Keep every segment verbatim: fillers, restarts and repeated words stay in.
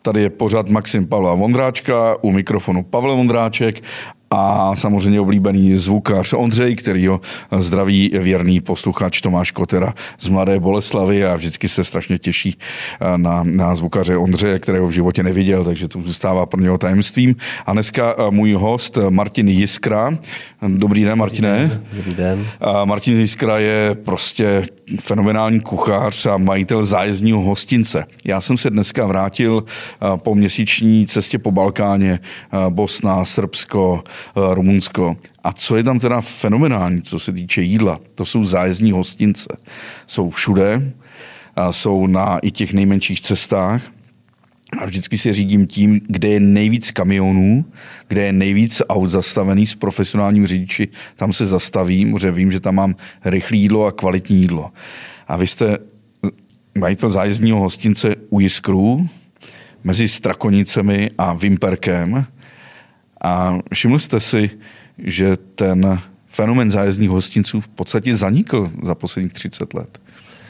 Tady je pořad Maxim Pavla Vondráčka, u mikrofonu Pavel Vondráček a samozřejmě oblíbený zvukař Ondřej, který ho zdraví věrný posluchač Tomáš Kotera z Mladé Boleslavi a vždycky se strašně těší na, na zvukaře Ondřeje, kterého v životě neviděl, takže to zůstává pro něho tajemstvím. A dneska můj host Martin Jiskra. Dobrý den, Martine. Dobrý den. A Martin Jiskra je prostě fenomenální kuchař a majitel zájezdního hostince. Já jsem se dneska vrátil po měsíční cestě po Balkáně, Bosna, Srbsko, Rumunsko. A co je tam teda fenomenální, co se týče jídla, to jsou zájezdní hostince. Jsou všude, jsou na i těch nejmenších cestách a vždycky se řídím tím, kde je nejvíc kamionů, kde je nejvíc aut zastavený s profesionálním řidiči, tam se zastavím, protože vím, že tam mám rychlé jídlo a kvalitní jídlo. A vy jste majitel zájezdního hostince u Jiskru mezi Strakonicemi a Vimperkem. A všiml jste si, že ten fenomén zájezdních hostinců v podstatě zanikl za posledních třicet let?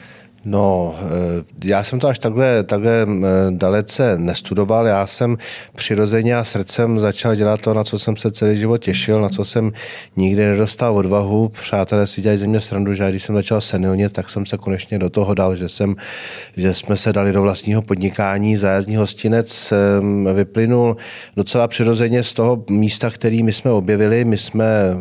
No, já jsem to až takhle, takhle dalece nestudoval. Já jsem přirozeně a srdcem začal dělat to, na co jsem se celý život těšil, na co jsem nikdy nedostal odvahu. Přátelé si dělají ze mě srandu, že když jsem začal senilnit, tak jsem se konečně do toho dal, že, jsem, že jsme se dali do vlastního podnikání. Zájezdní hostinec vyplynul docela přirozeně z toho místa, který my jsme objevili. My jsme,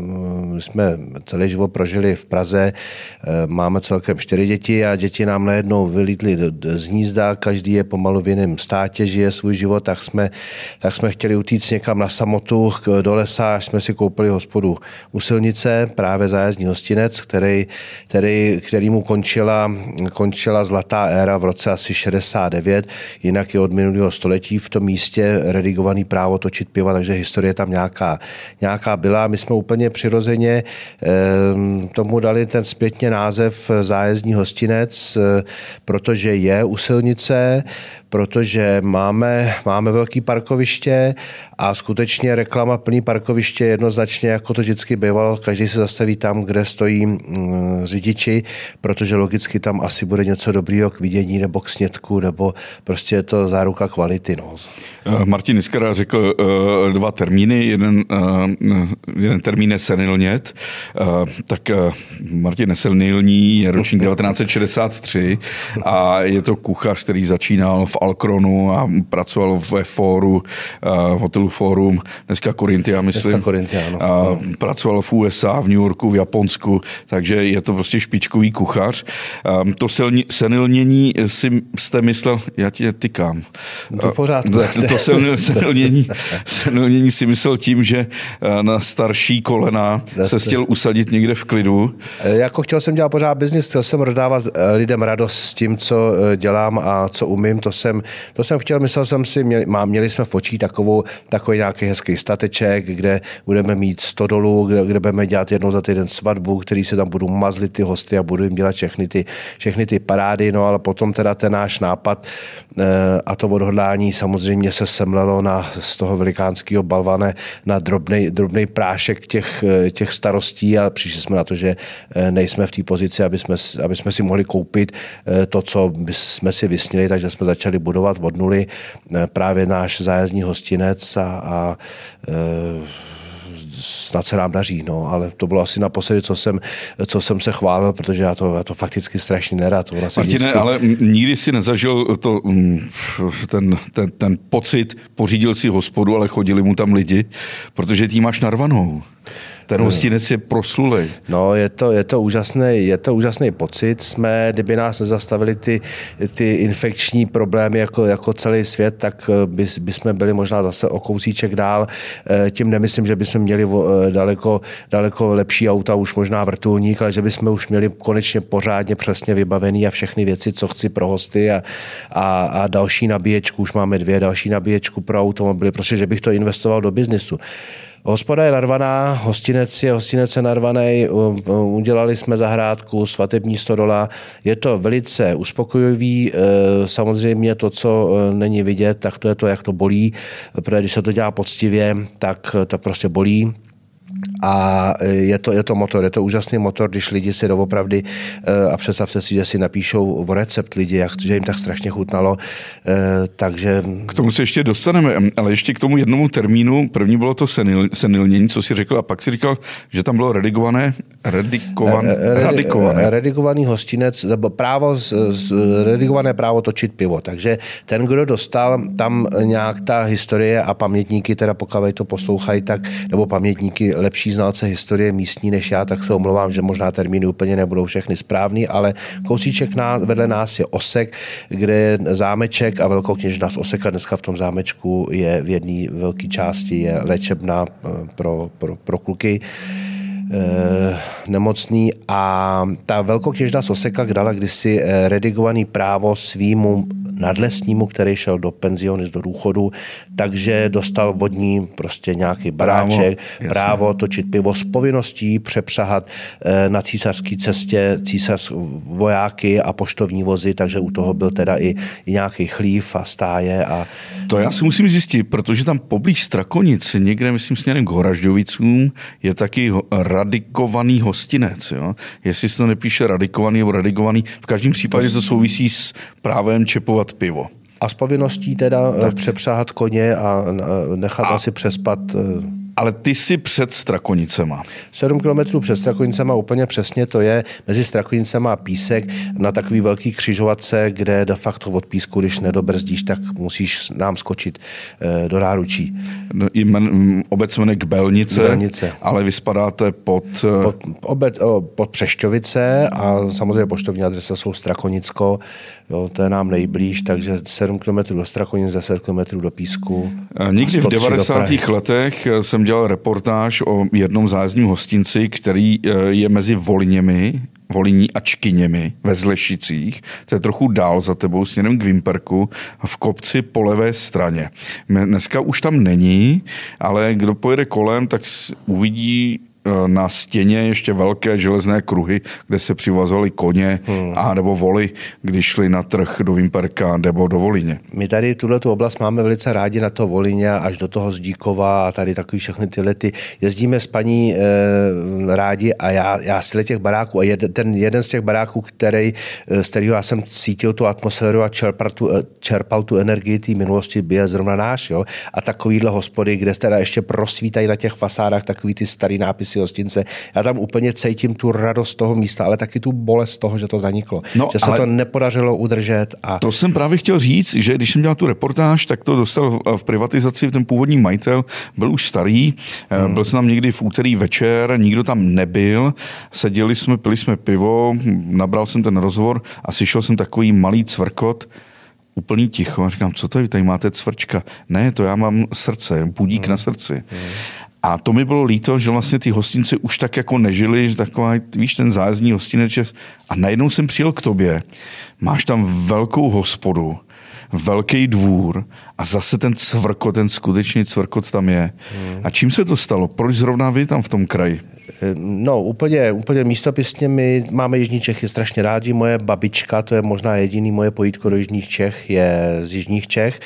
my jsme celý život prožili v Praze, máme celkem čtyři děti a děti nám najednou vylítli z hnízda, každý je pomalu v jiném státě, žije svůj život, tak jsme, tak jsme chtěli utíct někam na samotu do lesa, až jsme si koupili hospodu u silnice, právě zájezdní hostinec, který, který, kterýmu končila, končila zlatá éra v roce asi šedesát devět, jinak je od minulého století v tom místě redigovaný právo točit piva, takže historie tam nějaká, nějaká byla. My jsme úplně přirozeně eh, tomu dali ten zpětně název zájezdní hostinec, protože je u silnice, protože máme, máme velký parkoviště a skutečně reklama plný parkoviště jednoznačně, jako to vždycky bývalo, každý se zastaví tam, kde stojí mm, řidiči, protože logicky tam asi bude něco dobrýho k vidění nebo k snědku, nebo prostě je to záruka kvality. No. Martin Jiskra řekl uh, dva termíny. Jeden, uh, jeden termín je senilnět. Uh, tak uh, Martin Nesenilní je ročník devatenáct set šedesát tři a je to kuchař, který začínal v Alkronu a pracoval ve Fóru, uh, v hotelu Fórum, dneska Corinthia, myslím. Dneska Corinthia, no. A pracoval v U S A, v New Yorku, v Japonsku, takže je to prostě špičkový kuchař. Um, to senilnění si jste myslel, já ti tykám. To pořádku. To senilnění, senilnění si myslel tím, že na starší kolena se chtěl usadit někde v klidu. Jako chtěl jsem dělat pořád biznis, chtěl jsem rodávat lidem radost s tím, co dělám a co umím, to jsem, to jsem chtěl, myslel jsem si, měli, má, měli jsme v očích takovou, takový nějaký hezký stateček, kde budeme mít stodolu, kde, kde budeme dělat jednou za týden svatbu, který se tam budou mazlit ty hosty a budu jim dělat všechny ty, všechny ty parády, no ale potom teda ten náš nápad a to odhodlání samozřejmě se semlelo na, z toho velikánského balvane na drobnej, drobnej prášek těch, těch starostí a přišli jsme na to, že nejsme v té pozici, aby jsme, aby jsme si mohli koupit to, co jsme si vysnili, takže jsme začali budovat od nuly právě náš zájezdní hostinec a, a snad se nám daří, no, ale to bylo asi naposledy, co jsem, co jsem se chválil, protože já to, já to fakticky strašně nerad. Martine, vždycky... ale nikdy si nezažil to, ten, ten, ten pocit, pořídil si hospodu, ale chodili mu tam lidi, protože ty máš narvanou. Ten hostinec je proslulej. No, je to, je to úžasný, je to úžasný pocit. Jsme, kdyby nás nezastavili ty, ty infekční problémy jako, jako celý svět, tak by, by jsme byli možná zase o kousíček dál. Tím nemyslím, že bychom měli daleko, daleko lepší auta, už možná vrtulník, ale že bychom už měli konečně pořádně přesně vybavený a všechny věci, co chci pro hosty a, a, a další nabíječku, už máme dvě další nabíječku pro automobily, prostě, že bych to investoval do biznisu. Hospoda je narvaná, hostinec je, hostinec je narvaný, udělali jsme zahrádku, svatební stodola, je to velice uspokojivý, samozřejmě to, co není vidět, tak to je to, jak to bolí, protože když se to dělá poctivě, tak to prostě bolí. A je to, je to motor, je to úžasný motor, když lidi si doopravdy, a představte si, že si napíšou o recept lidi, jak, že jim tak strašně chutnalo, takže... K tomu se ještě dostaneme, ale ještě k tomu jednomu termínu, první bylo to senil, senilnění, co si řekl, a pak si říkal, že tam bylo redigované, redikovan, Redi, radikované. Redigovaný hostinec, nebo právo, z, z, redigované právo točit pivo, takže ten, kdo dostal tam nějak ta historie a pamětníky, teda pokud to poslouchají, tak, nebo pamětníky lepší znalce historie místní než já, tak se omlouvám, že možná termíny úplně nebudou všechny správný, ale kousíček nás, vedle nás je Osek, kde je zámeček a velkokněžna z Oseka. Dneska v tom zámečku je v jedné velké části je léčebna pro, pro, pro kluky e, nemocný a ta velkokněžna z Oseka dala kdysi redigovaný právo svýmu nadlesnímu, který šel do penzionu, do důchodu, takže dostal vodní prostě nějaký baráček, právo, právo točit pivo s povinností přepřahat na císařské cestě císař vojáky a poštovní vozy, takže u toho byl teda i, i nějaký chlív a stáje. A... To já si musím zjistit, protože tam poblíž Strakonic, někde, myslím, směrem k Horažďovicům, je taky radikovaný hostinec. Jo? Jestli se to nepíše radikovaný nebo radigovaný, v každém případě to souvisí s právem čepovat pivo. A s povinností teda tak. přepřáhat koně a nechat a, asi přespat. Ale ty jsi před Strakonicema. sedm kilometrů před Strakonicema, úplně přesně to je mezi Strakonicema a Písek na takový velký křižovatce, kde de facto od Písku, když nedobrzdíš, tak musíš nám skočit do náručí. Jmen, obec jmenuje Kbelnice, Kbelnice, ale vy spadáte pod... Pod, obec, pod Přešťovice a samozřejmě poštovní adresa jsou Strakonicko, jo, to je nám nejblíž, takže sedm kilometrů do Strakonic, deset kilometrů do Písku. Nikdy v devadesátých letech jsem dělal reportáž o jednom zájezdním hostinci, který je mezi Voliněmi, Voliní a Čkyněmi ve Zlešicích. To je trochu dál za tebou, směrem k Vimperku, v kopci po levé straně. Dneska už tam není, ale kdo pojede kolem, tak uvidí na stěně ještě velké železné kruhy, kde se přivazovali koně hmm. a nebo voly, když šli na trh do Vimperka nebo do Volině. My tady tuhletu oblast máme velice rádi na to Volině až do toho Zdíkova a tady takový všechny tyhle ty. Jezdíme s paní e, rádi a já, já z těch baráků a jed, ten jeden z těch baráků, který, z kterého já jsem cítil tu atmosféru a čerpal tu, čerpal tu energii té minulosti, byl zrovna náš. Jo? A takovýhle hospody, kde teda ještě prosvítají na těch fasádách takový ty starý nápisy hostince. Já tam úplně cítím tu radost toho místa, ale taky tu bolest toho, že to zaniklo. No, že se to nepodařilo udržet. A... To jsem právě chtěl říct, že když jsem dělal tu reportáž, tak to dostal v privatizaci ten původní majitel, byl už starý, hmm. byl jsem tam někdy v úterý večer, nikdo tam nebyl, seděli jsme, pili jsme pivo, nabral jsem ten rozhovor a slyšel jsem takový malý cvrkot, úplný ticho a říkám, co to je, tady máte cvrčka? Ne, to já mám srdce, budík hmm. na srdci. Hmm. A to mi bylo líto, že vlastně ty hostinci už tak jako nežili, že taková, víš, ten zájezdní hostinec, že... a najednou jsem přijel k tobě, máš tam velkou hospodu, velký dvůr a zase ten cvrkot, ten skutečný cvrkot tam je. Hmm. A čím se to stalo? Proč zrovna vy tam v tom kraji? No úplně, úplně místopisně my máme Jižní Čechy strašně rádi. Moje babička, to je možná jediný moje pojítko do Jižních Čech, je z Jižních Čech,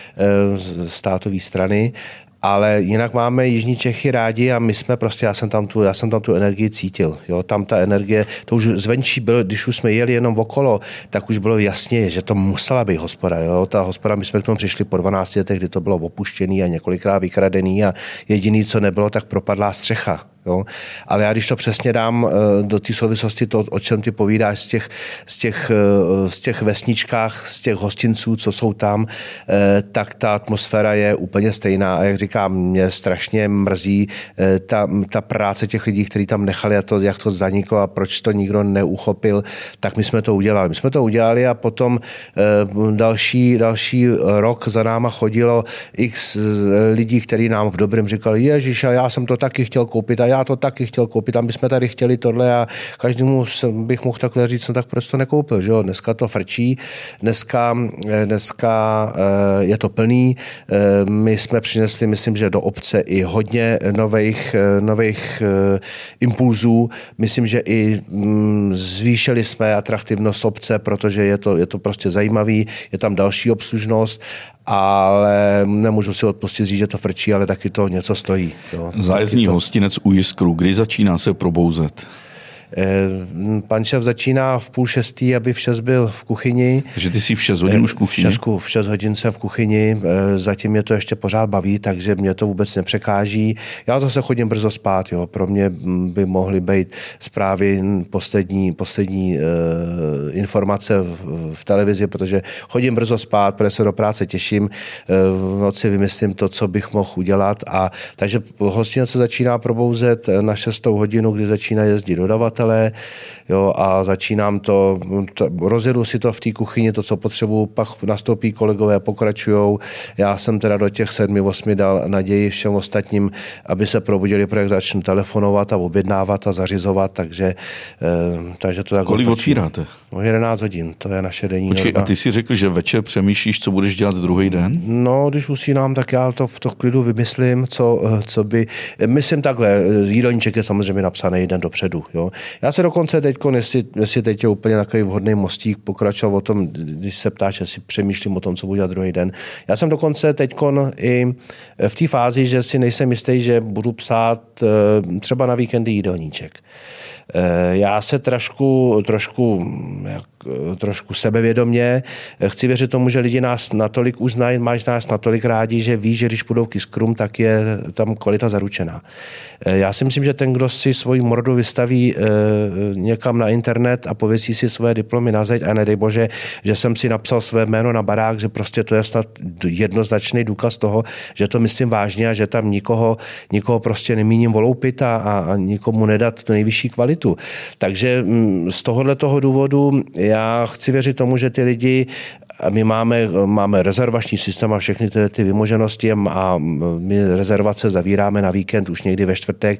z tátové strany. Ale jinak máme Jižní Čechy rádi a my jsme prostě, já jsem tam tu, já jsem tam tu energii cítil. Jo? Tam ta energie, to už zvenčí bylo, když už jsme jeli jenom okolo, tak už bylo jasně, že to musela být hospoda. Jo? Ta hospoda, my jsme k tomu přišli po dvanácti letech, kdy to bylo opuštěný a několikrát vykradený a jediný, co nebylo, tak propadlá střecha. Jo? Ale já když to přesně dám do té souvislosti, to, o čem ty povídáš z těch, z těch, z těch vesničkách, z těch hostinců, co jsou tam, tak ta atmosféra je úplně stejná. A jak říkám, mě strašně mrzí ta, ta práce těch lidí, kteří tam nechali a to, jak to zaniklo a proč to nikdo neuchopil, tak my jsme to udělali. My jsme to udělali a potom další, další rok za náma chodilo x lidí, kteří nám v dobrém říkali, ježiš, já jsem to taky chtěl koupit a já to taky chtěl koupit, tam bychom tady chtěli tohle a každému bych mohl takhle říct, no tak proč to nekoupil, že jo? Dneska to frčí, dneska, dneska je to plný, my jsme přinesli, myslím, že do obce i hodně nových, nových impulzů, myslím, že i zvýšili jsme atraktivnost obce, protože je to, je to prostě zajímavý, je tam další obslužnost ale nemůžu si odpustit říct, že to frčí, ale taky to něco stojí. Jo. Zájezdní to... hostinec u Jiskru, kdy začíná se probouzet? Pan šéf začíná v půl šestý, aby v šest byl v kuchyni. Takže ty jsi v šest hodin už v kuchyni? V, v šest hodin jsem v kuchyni, zatím mě to ještě pořád baví, takže mě to vůbec nepřekáží. Já zase chodím brzo spát, jo. Pro mě by mohly být zprávy poslední, poslední uh, informace v, v televizi, protože chodím brzo spát, protože se do práce těším, v noci vymyslím to, co bych mohl udělat. A, takže hostinec se začíná probouzet na šestou hodinu, kdy začíná jezdit dodavat. Jo, a začínám to, to rozjedu si to v té kuchyni, to, co potřebuju, pak nastoupí kolegové, pokračujou. Já jsem teda do těch sedmi, osmi dal naději všem ostatním, aby se probudili, protože začnu telefonovat a objednávat a zařizovat, takže, eh, takže to tak. Kolik otvíráte? O jedenáct hodin, to je naše denní Počkej, norma. A ty si řekl, že večer přemýšlíš, co budeš dělat druhý den? No, když usínám, tak já to v to klidu vymyslím, co, co by... Myslím takhle, jídelníček je samozřejmě napsaný den dopředu, jo. Já se dokonce teď, jestli, jestli teď je úplně takový vhodný mostík, pokračoval o tom, když se ptáš, jestli přemýšlím o tom, co budu dělat druhý den. Já jsem dokonce teď i v té fázi, že si nejsem jistý, že budu psát třeba na víkendy jídelníček. Já se trošku, trošku, jak, trošku sebevědomě chci věřit tomu, že lidi nás natolik uznají, máš nás natolik rádi, že ví, že když půjdou k Jiskrum, tak je tam kvalita zaručená. Já si myslím, že ten, kdo si svoji mordu vystaví někam na internet a pověsí si své diplomy na zeď a nedej bože, že jsem si napsal své jméno na barák, že prostě to je snad jednoznačný důkaz toho, že to myslím vážně a že tam nikoho, nikoho prostě nemíním oloupit a, a nikomu nedat tu nejvyšší kvalitu. Takže z tohohle toho důvodu já chci věřit tomu, že ty lidi, a my máme, máme rezervační systém a všechny ty, ty vymoženosti a my rezervace zavíráme na víkend už někdy ve čtvrtek,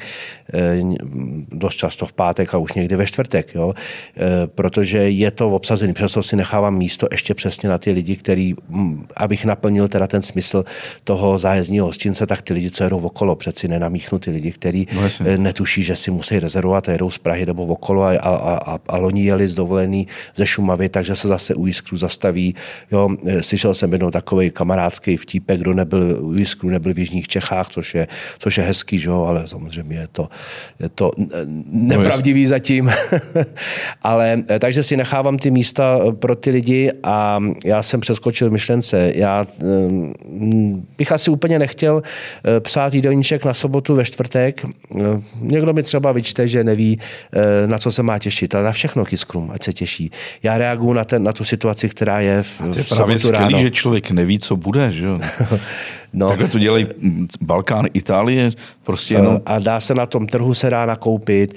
dost často v pátek a už někdy ve čtvrtek, jo? Protože je to obsazený, přesto si nechávám místo ještě přesně na ty lidi, který, abych naplnil teda ten smysl toho zájezdního hostince, tak ty lidi, co jedou okolo, přeci nenamíchnu ty lidi, kteří no, netuší, že si musí rezervovat a jedou z Prahy nebo okolo a, a, a, a loni jeli z dovolený ze Šumavy, takže se zase u Jiskru zastaví. Jo, slyšel jsem jednou takovej kamarádský vtípek, kdo nebyl u Jiskru, nebyl v jižních Čechách, což je, což je hezký, že jo, ale samozřejmě je to, je to nepravdivý no zatím. Ale takže si nechávám ty místa pro ty lidi a já jsem přeskočil myšlence. Já bych asi úplně nechtěl psát jídelníček na sobotu ve čtvrtek. Někdo mi třeba vyčte, že neví, na co se má těšit, ale na všechno k Jiskrum, ať se těší. Já reaguju na, ten, na tu situaci, která je v, a to je v právě skvělý, že člověk neví, co bude, že jo? No. Takhle to dělají Balkán, Itálie, prostě jenom... A dá se na tom trhu se dá nakoupit,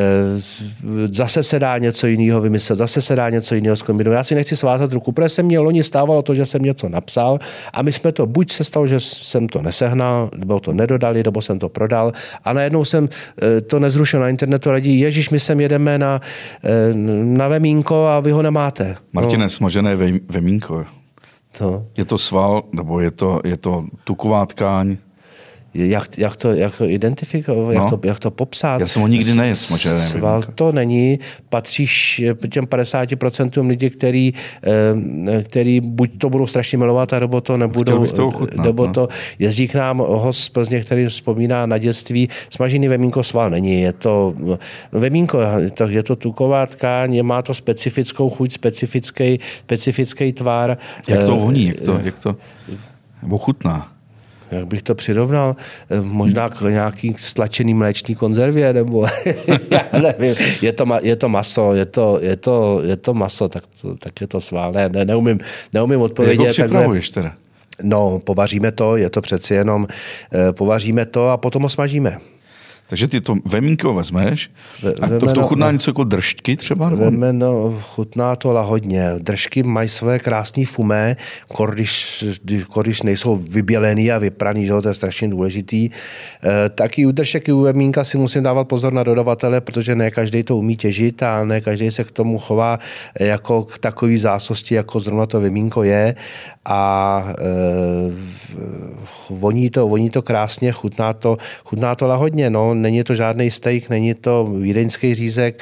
zase se dá něco jiného vymyslet, zase se dá něco jiného zkombinovat. Já si nechci svázat ruku, protože se mě loni stávalo to, že jsem něco napsal a my jsme to, buď se stalo, že jsem to nesehnal, nebo to nedodali, nebo jsem to prodal a najednou jsem to nezrušil na internetu a lidi, ježiš, my sem jedeme na, na vemínko a vy ho nemáte. Martine, no. Smažené vemínko. To. Je to sval, nebo je to, je to tuková tkáň? Jak, jak, to, jak to identifikovat, no. jak, to, jak to popsat? Já jsem ho nikdy nejedl smažené. Sval to není, patříš těm padesáti procentům lidí, který, který buď to budou strašně milovat, nebo to nebudou, to ochutnat, nebo no. to jezdí k nám host z Plzně, který vzpomíná na dětství. Smažený vemínko sval není, je to vemínko, je to tuková tkáň, má to specifickou chuť, specifický, specifický tvar. Jak to voní, jak to, jak to ochutná? Jak bych to přirovnal? Možná k nějaký stlačený mléční konzervě, nebo já nevím. Je to, je to maso, je to, je to, je to maso, tak, to, tak je to svál. Ne, ne, neumím, neumím odpovědět. Jak ho připravuješ teda? No, povaříme to, je to přeci jenom, povaříme to a potom ho smažíme. Takže ty to vemínko vezmeš a to, to chutná no, něco jako držky třeba? Vemeno, chutná to lahodně. Držky mají své krásné fumé, když, když nejsou vybělený a vypraný, že to je strašně důležitý. E, taky u držek i u vemínka si musím dávat pozor na dodavatele, protože ne každý to umí těžit a ne každý se k tomu chová jako k takový zásosti, jako zrovna to vemínko je. A e, voní, to, voní to krásně, chutná to, chutná to lahodně. No. není to žádný steak, není to vídeňský řízek,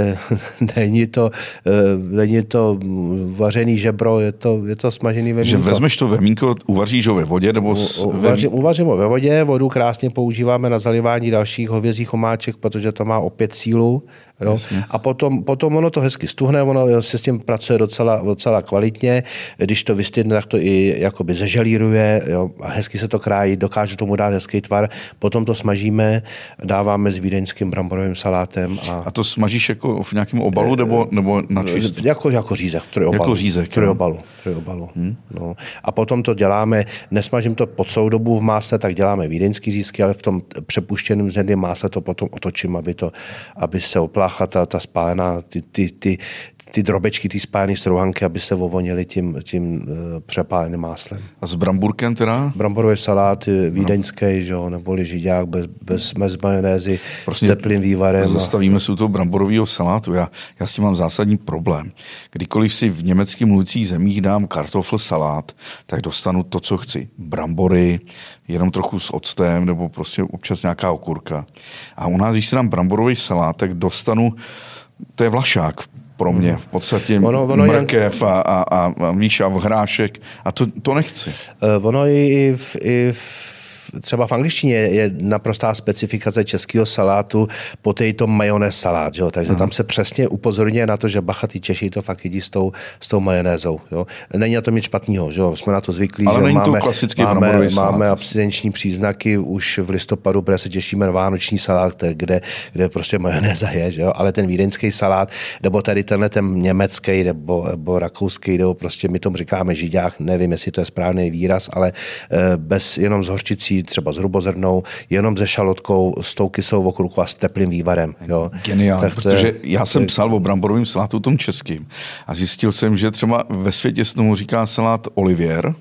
není to, není to vařený žebro, je to, je to smažený vemínko. Že vezmeš to vemínko, uvaříš ho ve vodě? Nebo s... uvařím, uvařím ho ve vodě, vodu krásně používáme na zalivání dalších hovězích omáček, protože to má opět sílu. Jo? A potom, potom ono to hezky stuhne, ono se s tím pracuje docela, docela kvalitně. Když to vystydne, tak to i jakoby zeželíruje, jo? A hezky se to krájí, dokáže tomu dát hezký tvar. Potom to smažíme, dáváme s vídeňským bramborovým salátem. A, a to smažíš jako v nějakém obalu nebo, nebo na čist? Jako, jako řízek, v trojobalu. Jako řízek, v trojobalu. trojobalu. Hmm. No. A potom to děláme, nesmažím to po celou dobu v másle, tak děláme vídeňský řízky, ale v tom přepuštěném zrném másle to potom otočím, aby, to, aby se opláchla ta, ta spálená, ty, ty, ty, ty drobečky, ty spálené strouhanky, aby se ovonily tím, tím uh, přepáleným máslem. A s bramburkem teda? Bramborový salát, vídeňský, že jo, neboli žiďák bez, bez, bez majonézy, prostě s teplým vývarem. Zastavíme se u toho bramborového salátu. Já, já s tím mám zásadní problém. Kdykoliv si v německy mluvících zemích dám kartofl salát, tak dostanu to, co chci. Brambory, jenom trochu s octem, nebo prostě občas nějaká okurka. A u nás, když si dám bramborový salát, tak dostanu, to je vlašák pro mě, v podstatě ono, ono mrkev a, a, a, a víš, a hrášek. A to, to nechci. Uh, ono i v, i v třeba v angličtině je naprostá specifikace českého salátu potato mayonnaise salát, jo? Takže hmm. tam se přesně upozorňuje na to, že bacha, ty Češi to fakt jedí s tou, s tou majonézou. Jo? Není na to nic špatného, že jo? Jsme na to zvyklí, ale že není máme, to klasický máme, salát. Máme abstinenční příznaky už v listopadu, protože se těšíme na vánoční salát, kde, kde prostě majonéza je, že jo? Ale ten vídeňský salát, nebo tady tenhle ten německý, nebo, nebo rakouský, nebo prostě my tomu říkáme žiďák, nevím, jestli to je správný výraz, ale bez jenom s hořčicí, třeba s hrubozrnou, jenom se šalotkou, s tou kyselou okurkou a s teplým vývarem. Jo. Geniálně, protože já jsem psal o bramborovém salátu tom českým a zjistil jsem, že třeba ve světě se tomu říká salát Olivier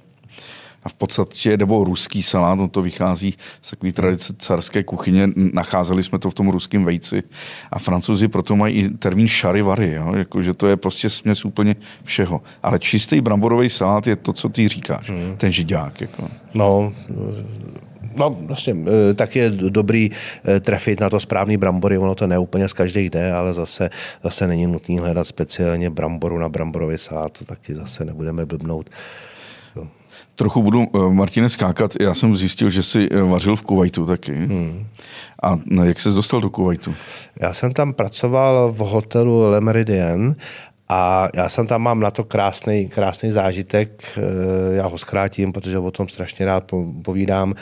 a v podstatě, nebo ruský salát, no to vychází z takové tradice carské kuchyně, nacházeli jsme to v tom ruském vejci a Francouzi proto mají i termín charivari, jo? Jako, že to je prostě směs úplně všeho. Ale čistý bramborový salát je to, co ty říkáš, hmm. ten žiďák. Jako. No, No, vlastně, tak je dobrý trefit na to správný brambory, ono to neúplně z každých jde, ale zase, zase není nutný hledat speciálně bramboru na bramborový salát, to taky zase nebudeme blbnout. Jo. Trochu budu, Martine, skákat. Já jsem zjistil, že jsi vařil v Kuvajtu taky. Hmm. A jak ses dostal do Kuvajtu? Já jsem tam pracoval v hotelu Le Méridien a já jsem tam mám na to krásný, krásný zážitek, já ho zkrátím, protože o tom strašně rád povídám.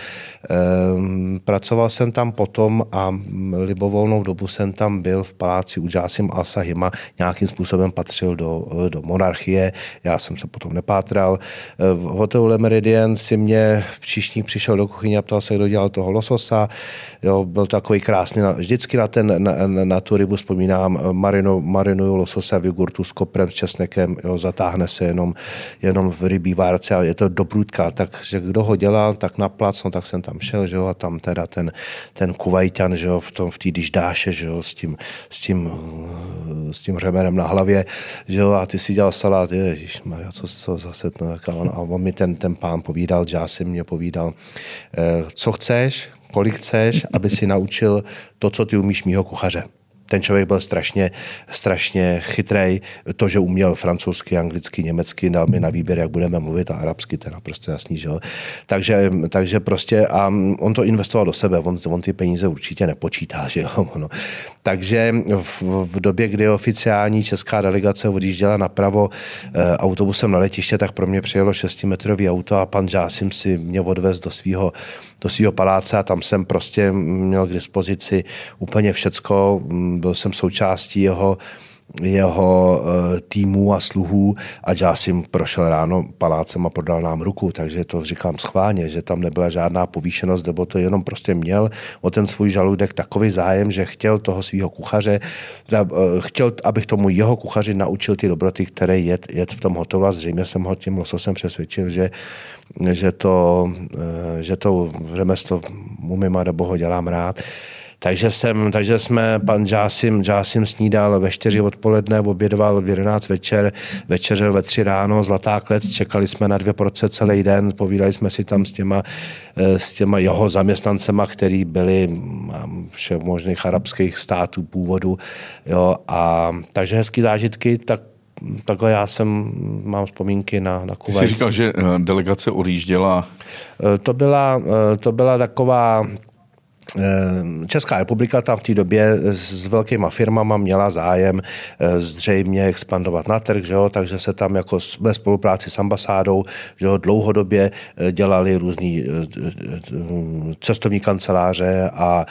Pracoval jsem tam potom a libovolnou dobu jsem tam byl v paláci u Jásim al-Sahima, nějakým způsobem patřil do, do monarchie, já jsem se potom nepátral. V hotelu Le Méridien si mě příštík přišel do kuchyně a ptal se, kdo dělal toho lososa. Jo, byl to takový krásný, vždycky na, ten, na, na tu rybu vzpomínám, marinu, marinuju lososa v jogurtu s koprem, s česnekem, jo, zatáhne se jenom, jenom v rybí várce a je to dobrůdka. Takže kdo ho dělal, tak na plac, no, tak jsem tam šel, že jo, a tam teda ten, ten Kuvajťan, že jo, v tom, v té diždáše, že jo, s tím, s tím, s tím řemenem na hlavě, že jo, a ty si dělal salát, ježišmarja, co, co zase, no, a on mi ten, ten pán povídal, Jásim mě povídal, co chceš, kolik chceš, aby si naučil to, co ty umíš mýho kuchaře. Ten člověk byl strašně, strašně chytrej. To, že uměl francouzsky, anglicky, německy, dal mi na výběr, jak budeme mluvit, a arabsky, to je naprosto jasný, že jo. Takže, takže prostě, a on to investoval do sebe, on, on ty peníze určitě nepočítá, že jo. No. Takže v, v době, kdy oficiální česká delegace odjížděla napravo e, autobusem na letiště, tak pro mě přijelo šestimetrový auto a pan Jásim si mě odvez do svého do svého paláce a tam jsem prostě měl k dispozici úplně všecko. Byl jsem součástí jeho, jeho týmu a sluhů a Jásim prošel ráno palácem a podal nám ruku, takže to říkám schválně, že tam nebyla žádná povýšenost, nebo to jenom prostě měl o ten svůj žaludek takový zájem, že chtěl toho svého kuchaře, chtěl, abych tomu jeho kuchaři naučil ty dobroty, které jet, jet v tom hotelu a zřejmě jsem ho tím lososem přesvědčil, že že to, že to řemeslo umím a nebo ho dělám rád. Takže, jsem, takže jsme, pan Jásim, Jásim snídal ve čtyři odpoledne, obědoval v jedenáct večer, večeřel ve tři ráno, zlatá klec, čekali jsme na dvě porce celý den, povídali jsme si tam s těma, s těma jeho zaměstnancema, který byli všech možných arabských států původu. Jo, a, takže hezký zážitky, tak takhle já jsem, mám vzpomínky na, na Kuvajt. Ty jsi říkal, že delegace odjížděla? To byla, to byla taková Česká republika tam v té době s velkýma firmama měla zájem zřejmě expandovat na trh, že jo? Takže se tam jako ve spolupráci s ambasádou, že jo, dlouhodobě dělali různý cestovní kanceláře a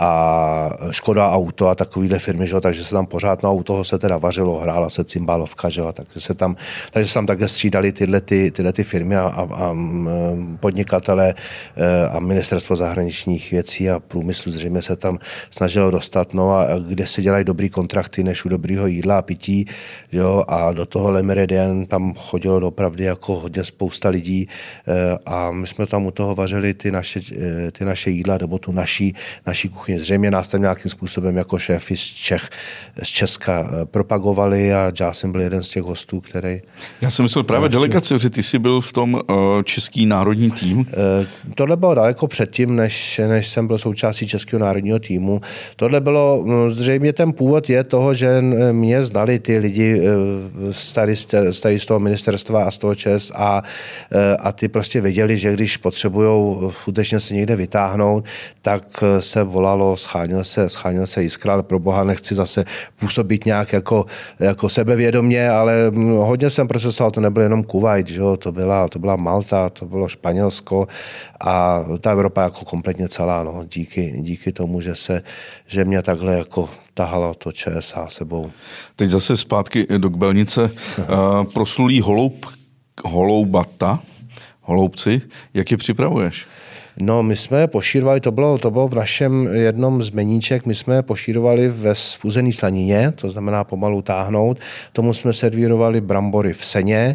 a Škoda Auto a takovýhle firmy, že jo, takže se tam pořád, no u toho se teda vařilo, hrála se cymbálovka, že jo, takže se tam, takže se tam takhle střídali tyhle, ty, tyhle ty firmy a, a, a podnikatele a ministerstvo zahraničních věcí a průmyslu zřejmě se tam snažilo dostat, no a kde se dělají dobrý kontrakty než u dobrýho jídla a pití, že jo, a do toho Le Méridien tam chodilo opravdu jako hodně spousta lidí a my jsme tam u toho vařili ty naše, ty naše jídla, nebo tu naší, naší kuchyni. Zřejmě nás tam nějakým způsobem jako šéfy z Čech, z Česka propagovali a já jsem byl jeden z těch hostů, který... Já jsem myslel právě delegace, že ty jsi byl v tom uh, český národní tým. Tohle bylo daleko předtím, než, než jsem byl součástí českého národního týmu. Tohle bylo, zřejmě ten původ je toho, že mě znali ty lidi starý, starý z toho ministerstva a z toho ČES a, a ty prostě věděli, že když potřebujou skutečně se někde vytáhnout, tak se volalo, schánil se, schánil se Jiskra, ale pro boha nechci zase působit nějak jako, jako sebevědomě, ale hodně jsem procesoval, to nebyl jenom Kuvajt, že jo? To, byla, to byla Malta, to bylo Španělsko a ta Evropa jako kompletně celá, no, díky, díky tomu, že se, že mě takhle jako tahalo to ČSA sebou. Teď zase zpátky do Kbelnice. uh, proslulý holoub, holoubata, holoubci, jak je připravuješ? No, my jsme je pošírovali, to bylo, to bylo v našem jednom z meníček, my jsme je pošírovali ve sfuzený slanině, to znamená pomalu táhnout, tomu jsme servírovali brambory v seně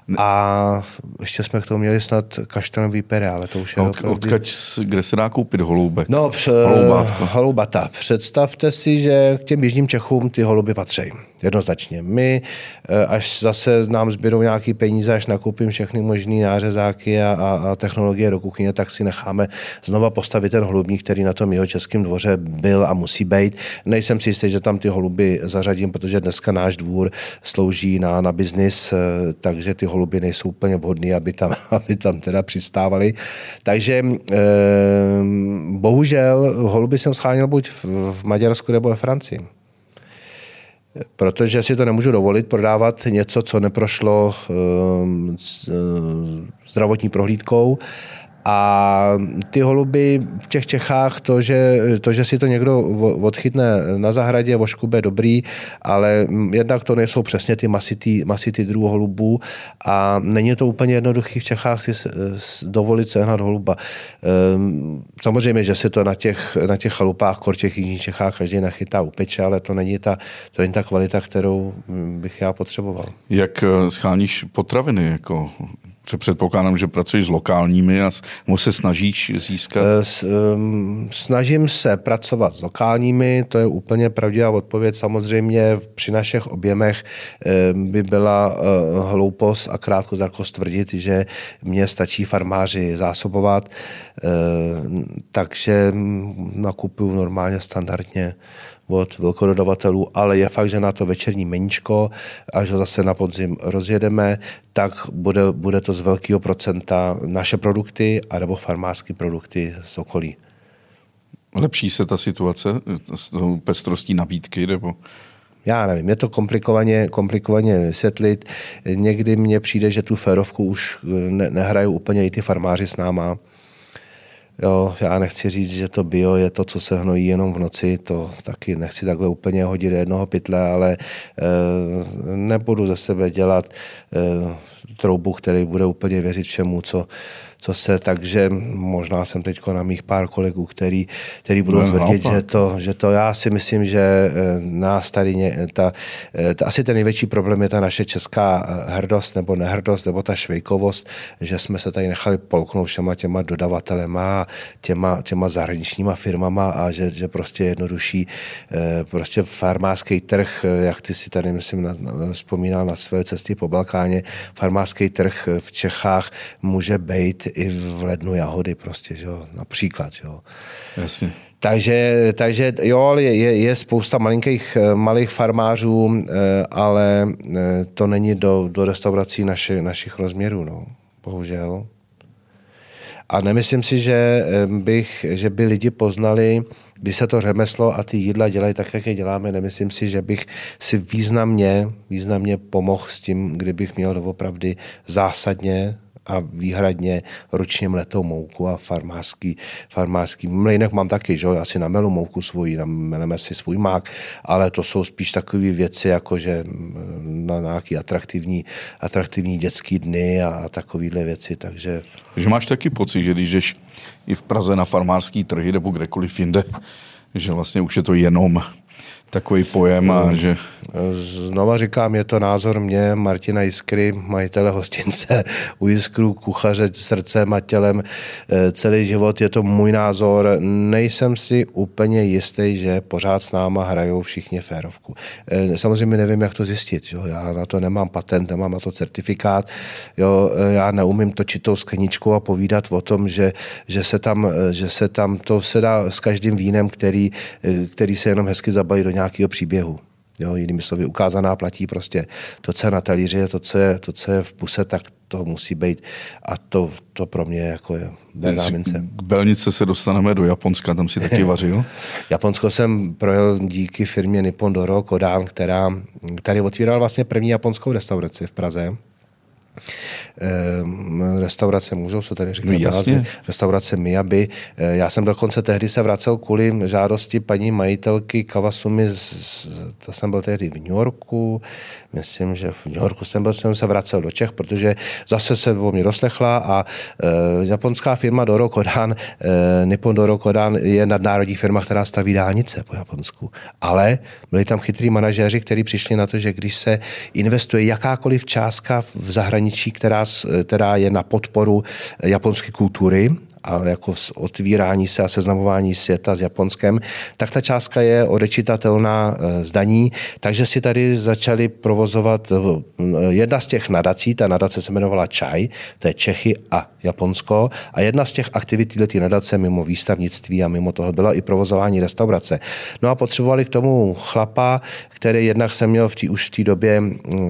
a ještě jsme k tomu měli snad kaštanový pere, ale to už je... Od, opravdu... Odkaď, kde se dá koupit holoubek? No, pře... holoubata. Představte si, že k těm jižním Čechům ty holuby patří. Jednoznačně. My, až zase nám zbydou nějaký peníze, až nakoupím všechny možný nářezáky a, a, a technologie do kuchyně, tak si necháme znova postavit ten holubník, který na tom jeho českém dvoře byl a musí být. Nejsem si jistý, že tam ty holuby zařadím, protože dneska náš dvůr slouží na, na biznis, takže ty holuby nejsou úplně vhodný, aby tam, aby tam teda přistávali. Takže eh, bohužel holuby jsem scháněl buď v, v Maďarsku nebo ve Francii. Protože si to nemůžu dovolit prodávat něco, co neprošlo eh, zdravotní prohlídkou. A ty holuby v těch Čechách, to že, to, že si to někdo odchytne na zahradě, voškube dobrý, ale jednak to nejsou přesně ty masitý, masitý druh holubů a není to úplně jednoduchý v Čechách si dovolit sehnat holuba. Samozřejmě, že se to na těch, na těch chalupách, kor těch jižních Čechách každý nachytá, upeče, ale to není ta, to není ta kvalita, kterou bych já potřeboval. Jak scháníš potraviny? Jako... Předpokládám, že pracuješ s lokálními a se snažíš získat? Snažím se pracovat s lokálními, to je úplně pravdivá odpověď. Samozřejmě při našich objemech by byla hloupost a krátkozrakost tvrdit, že mě stačí farmáři zásobovat, takže nakupuju normálně standardně od velkododavatelů, ale je fakt, že na to večerní meníčko, až ho zase na podzim rozjedeme, tak bude, bude to z velkého procenta naše produkty anebo farmářské produkty z okolí. Lepší se ta situace s tou pestrostí nabídky, nebo... Já nevím, je to komplikovaně, komplikovaně vysvětlit. Někdy mně přijde, že tu férovku už ne, nehrajou úplně i ty farmáři s náma. Jo, já nechci říct, že to bio je to, co se hnojí jenom v noci, to taky nechci takhle úplně hodit do jednoho pytle, ale e, nebudu ze sebe dělat e, troubu, který bude úplně věřit všemu, co, co se, takže možná jsem teď na mých pár kolegů, který, který budou no, tvrdit, že to, že to já si myslím, že nás tady, ta, ta, asi ten největší problém je ta naše česká hrdost nebo nehrdost, nebo ta švejkovost, že jsme se tady nechali polknout všema těma dodavatelema, těma, těma zahraničníma firmama a že, že prostě jednodušší prostě farmářský trh, jak ty si tady myslím na, na, vzpomínal na své cestě po Balkáně, farmářský trh v Čechách může být i v lednu jahody prostě, že jo, například, že jo. Jasně. Takže, takže jo, je, je spousta malinkých, malých farmářů, ale to není do, do restaurací naši, našich rozměrů, no, bohužel. A nemyslím si, že, bych, že by lidi poznali, když se to řemeslo a ty jídla dělají tak, jak je děláme, nemyslím si, že bych si významně, významně pomohl s tím, kdybych měl doopravdy zásadně a výhradně ručně mletou mouku a farmářský, farmářský mlejnek mám taky, že jo, já si namelu mouku svoji, nameleme si svůj mák, ale to jsou spíš takové věci, jako že na nějaký atraktivní, atraktivní dětský dny a takovéhle věci, takže... Takže máš taky pocit, že když jdeš i v Praze na farmářský trhy nebo kdekoliv jinde, že vlastně už je to jenom takový pojem a že... Znova říkám, je to názor mě, Martina Jiskry, majitele hostince u Jiskru, kuchaře srdcem a tělem celý život, je to můj názor. Nejsem si úplně jistý, že pořád s náma hrajou všichni férovku. Samozřejmě nevím, jak to zjistit. Jo? Já na to nemám patent, nemám na to certifikát. Jo? Já neumím točit tou skleničkou a povídat o tom, že, že, se tam, že se tam to se dá s každým vínem, který, který se jenom hezky zabalí do nějakého příběhu. Jo, jinými slovy, ukázaná platí prostě to, co je na talíři, to, co je, to, co je v puse, tak to musí být a to, to pro mě jako je berná mince. K Belnice se dostaneme do Japonska, tam si taky vařil? Japonsko jsem projel díky firmě Nippon Doro Kodan, která tady otvírala vlastně první japonskou restauraci v Praze. Restaurace můžou se tady říkat. No jasně. Restaurace Miyabi. Já jsem dokonce tehdy se vracel kvůli žádosti paní majitelky Kawasumi, z, to jsem byl tehdy v New Yorku, myslím, že v New Yorku jsem, byl, jsem se vracel do Čech, protože zase se o mě doslechla a e, japonská firma Doro Kodan, e, Nippon Doro Kodan je nadnárodní firma, která staví dálnice po Japonsku. Ale byli tam chytrý manažéři, kteří přišli na to, že když se investuje jakákoliv částka v zahraničí, která, která je na podporu japonské kultury, a jako otvírání se a seznamování světa s Japonskem, tak ta částka je odečitatelná z daní, takže si tady začali provozovat jedna z těch nadací, ta nadace se jmenovala Čaj, to je Čechy a Japonsko, a jedna z těch aktivit této nadace mimo výstavnictví a mimo toho bylo i provozování restaurace. No a potřebovali k tomu chlapa, který jednak jsem měl v tý, už v té době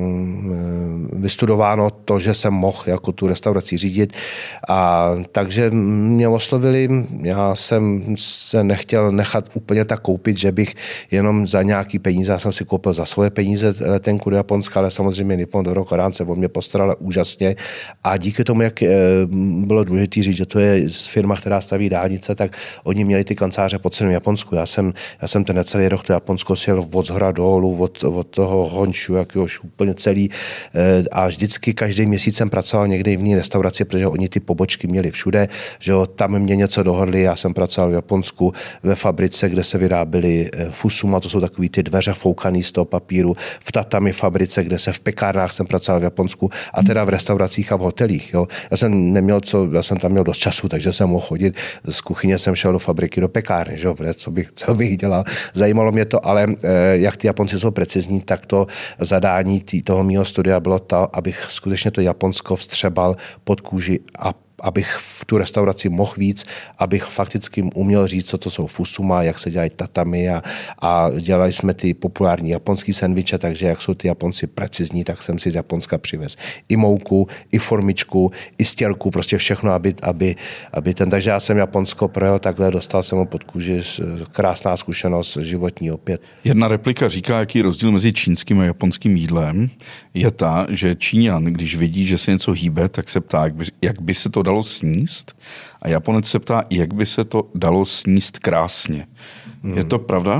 um, vystudováno to, že jsem mohl jako tu restauraci řídit, a takže mě oslovili, já jsem se nechtěl nechat úplně tak koupit, že bych jenom za nějaký peníze, já jsem si koupil za svoje peníze letenku do Japonska, ale samozřejmě Nippon Doro Kodan se o mě postaral úžasně a díky tomu, jak bylo důležité říct, že to je firma, která staví dálnice, tak oni měli ty kanceláře po celém Japonsku. Já jsem, já jsem ten necelý rok to Japonsko sjel od zhora dolů, od, od toho Honshu, jakož úplně celý, a vždycky každý měsíc jsem pracoval někde v jiné restauraci, protože oni ty pobočky měli všude, že jo, tam mě něco dohodli, já jsem pracoval v Japonsku ve fabrice, kde se vyráběly fusuma, to jsou takový ty dveře foukaný z toho papíru, v tatami fabrice, kde se v pekárnách jsem pracoval v Japonsku a teda v restauracích a v hotelích. Jo. Já jsem neměl co, já jsem tam měl dost času, takže jsem mohl chodit, z kuchyně jsem šel do fabriky, do pekárny, že jo, co bych, co bych dělal. Zajímalo mě to, ale jak ty Japonci jsou precizní, tak to zadání tý, toho mýho studia bylo to, abych skutečně to Japonsko vstřebal pod kůži a abych v tu restauraci mohl víc, abych fakticky uměl říct, co to jsou fusuma, jak se dělají tatami a, a dělali jsme ty populární japonský sendviče, takže jak jsou ty Japonci precizní, tak jsem si z Japonska přivez i mouku, i formičku, i stěrku, prostě všechno, aby, aby, aby ten, takže já jsem Japonsko projel takhle, dostal jsem ho pod kůži, krásná zkušenost životní opět. Jedna replika říká, jaký je rozdíl mezi čínským a japonským jídlem, je ta, že Číňan, když vidí, že se něco hýbe, tak se ptá, jak by, jak by se to dalo sníst, a Japonec se ptá, jak by se to dalo sníst krásně. Hmm. Je to pravda?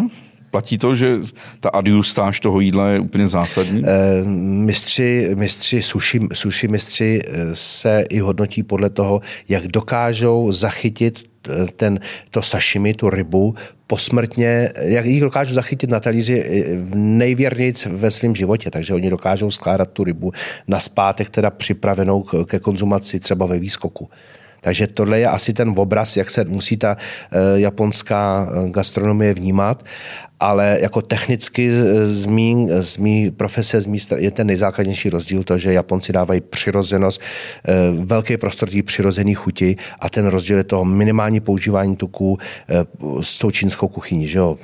Platí to, že ta adjustáž toho jídla je úplně zásadní? E, mistři, mistři sushi, sushi mistři se i hodnotí podle toho, jak dokážou zachytit ten, to sashimi, tu rybu, posmrtně, jak jich dokážou zachytit na talíři nejvěrnějc ve svém životě, takže oni dokážou skládat tu rybu nazpátek, teda připravenou ke konzumaci třeba ve výskoku. Takže tohle je asi ten obraz, jak se musí ta japonská gastronomie vnímat, ale jako technicky z mý, z mý profese z mý je ten nejzákladnější rozdíl to, že Japonci dávají přirozenost, velký prostor té přirozené chuti a ten rozdíl je toho minimální používání tuků s tou čínskou kuchyní. Že jo?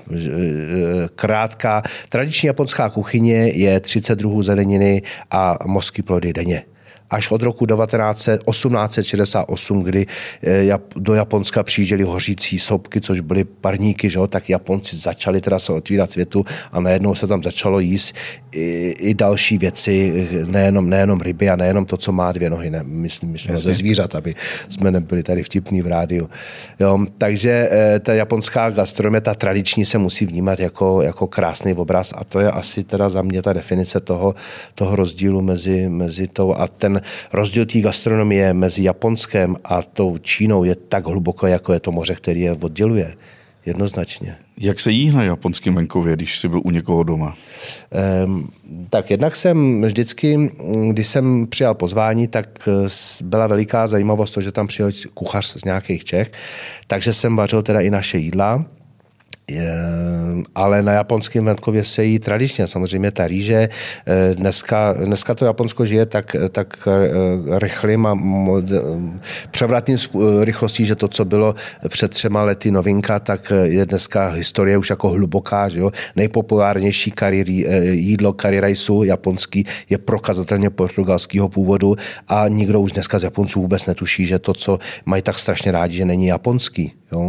Krátká, tradiční japonská kuchyně je třicet druhů zeleniny a mořské plody denně. Až od roku osmnáct set šedesát osm, kdy do Japonska přijížděly hořící sopky, což byly parníky, že jo, tak Japonci začali teda se otvírat světu a najednou se tam začalo jíst i, i další věci, nejenom, nejenom ryby a nejenom to, co má dvě nohy, ne, myslím, myslím ze zvířat, aby jsme nebyli tady vtipní v rádiu. Jo, takže ta japonská gastronomie, ta tradiční, se musí vnímat jako, jako krásný obraz a to je asi teda za mě ta definice toho, toho rozdílu mezi, mezi tou a ten rozdíl té gastronomie mezi Japonskem a tou Čínou je tak hluboko, jako je to moře, který je odděluje. Jednoznačně. Jak se jí na japonském venkově, když jsi byl u někoho doma? Um, tak jednak jsem vždycky, když jsem přijal pozvání, tak byla veliká zajímavost to, že tam přijel kuchař z nějakých Čech, takže jsem vařil teda i naše jídla. Je, ale na japonském venkově se jí tradičně, samozřejmě ta rýže. Dneska, dneska to Japonsko žije tak, tak rychlým a mod, převratným rychlostí, že to, co bylo před třema lety novinka, tak je dneska historie už jako hluboká. Že jo? Nejpopulárnější kari, jídlo curry riceu japonský je prokazatelně portugalského původu a nikdo už dneska z Japonců vůbec netuší, že to, co mají tak strašně rádi, že není japonský. Jo?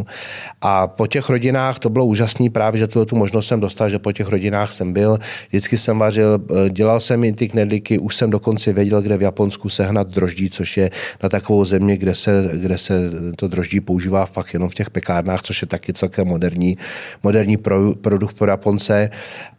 A po těch rodinách to bylo úžasný právě, že tu možnost jsem dostal, že po těch rodinách jsem byl, vždycky jsem vařil, dělal jsem i ty knedlíky, už jsem dokonce věděl, kde v Japonsku sehnat droždí, což je na takovou zemi, kde se, kde se to droždí používá fakt jenom v těch pekárnách, což je taky celkem moderní, moderní pro, produkt pro Japonce.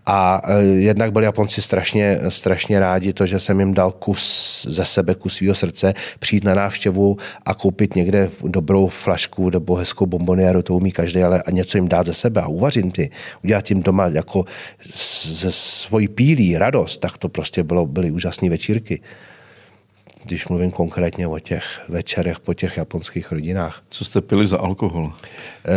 A jednak byli Japonci strašně, strašně rádi to, že jsem jim dal kus ze sebe, kus svého srdce, přijít na návštěvu a koupit někde dobrou flašku nebo hezkou bomboniéru, to umí každý, ale a něco jim dát ze sebe a uvařit ty, udělat jim doma jako ze svojí pílí radost, tak to prostě bylo, byly úžasné večírky. Když mluvím konkrétně o těch večerech po těch japonských rodinách. Co jste pili za alkohol? E,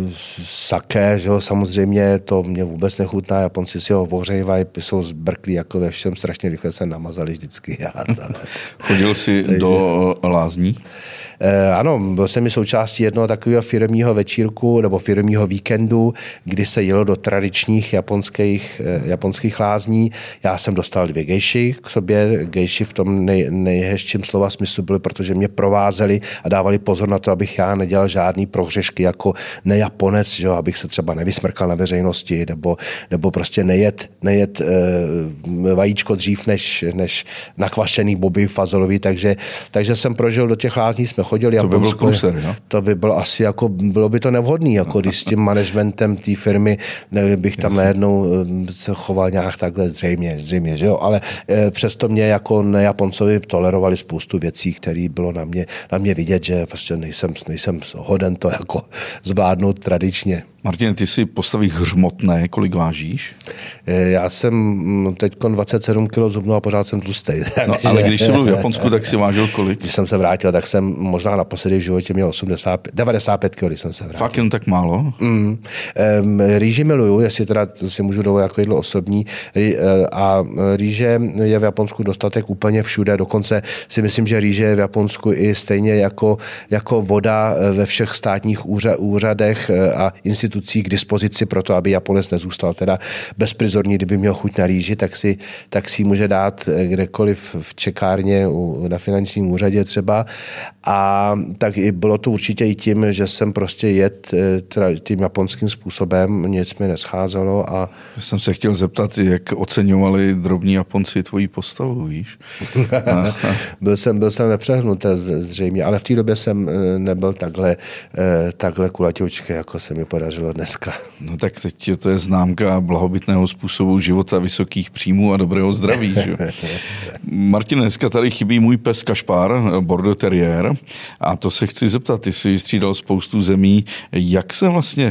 sake, že jo, samozřejmě to mě vůbec nechutná. Japonci si ho ohřejvají, jsou zbrklí, jako ve všem strašně rychle se namazali vždycky. Chodil jsi Takže... do lázní? E, ano, byl jsem i součástí jednoho takového firemního večírku nebo firemního víkendu, kdy se jelo do tradičních japonských, e, japonských lázní. Já jsem dostal dvě gejši k sobě. Gejši v tom nej, nejhezčím slova smyslu byly, protože mě provázeli a dávali pozor na to, abych já nedělal žádný prohřešky jako nejaponec, že jo, abych se třeba nevysmrkal na veřejnosti nebo, nebo prostě nejet, nejet e, vajíčko dřív než, než nakvašený boby fazolový, takže, takže jsem prožil do těch lázní, jsme chodili to by byl průser, no? To by bylo asi jako, bylo by to nevhodný, jako když s tím managementem té firmy bych tam Jasně. najednou se choval nějak takhle zřejmě, zřejmě, že jo, ale e, přesto mě jako nejaponcovi tolerovali spoustu věcí, které bylo na mě, na mě vidět, že prostě nejsem, nejsem hoden to jako zvládnout tradičně. Martin, ty si postavíš hřmotné, kolik vážíš? Já jsem teď dvacet sedm kilo zubnu a pořád jsem tlustej. No, ale když jsi byl v Japonsku, tak si vážil kolik? Když jsem se vrátil, tak jsem možná naposledy v životě měl osmdesát pět, devadesát pět kilo, když jsem se vrátil. Fakt jen tak málo? Mm. Um, rýži miluju, jestli teda si můžu dovolit jako jídlo osobní. A rýže je v Japonsku dostatek úplně všude. Dokonce si myslím, že rýže je v Japonsku i stejně jako, jako voda ve všech státních úřadech a institucích k dispozici pro to, aby Japonec nezůstal teda bezprizorní, kdyby měl chuť na rýži, tak si, tak si může dát kdekoliv v čekárně na finančním úřadě třeba. A tak i bylo to určitě i tím, že jsem prostě jet tím japonským způsobem, nic mi nescházelo. A... Já jsem se chtěl zeptat, jak oceňovali drobní Japonci tvoji postavu, víš? byl jsem, byl jsem nepřehnutý zřejmě, ale v té době jsem nebyl takhle, takhle kulaťoučký, jako se mi podařilo nepodařilo dneska. No tak teď to je známka blahobytného způsobu života, vysokých příjmů a dobrého zdraví. Že? Martin, dneska tady chybí můj pes Kašpar, Border Terrier, a to se chci zeptat, ty jsi střídal spoustu zemí, jak se vlastně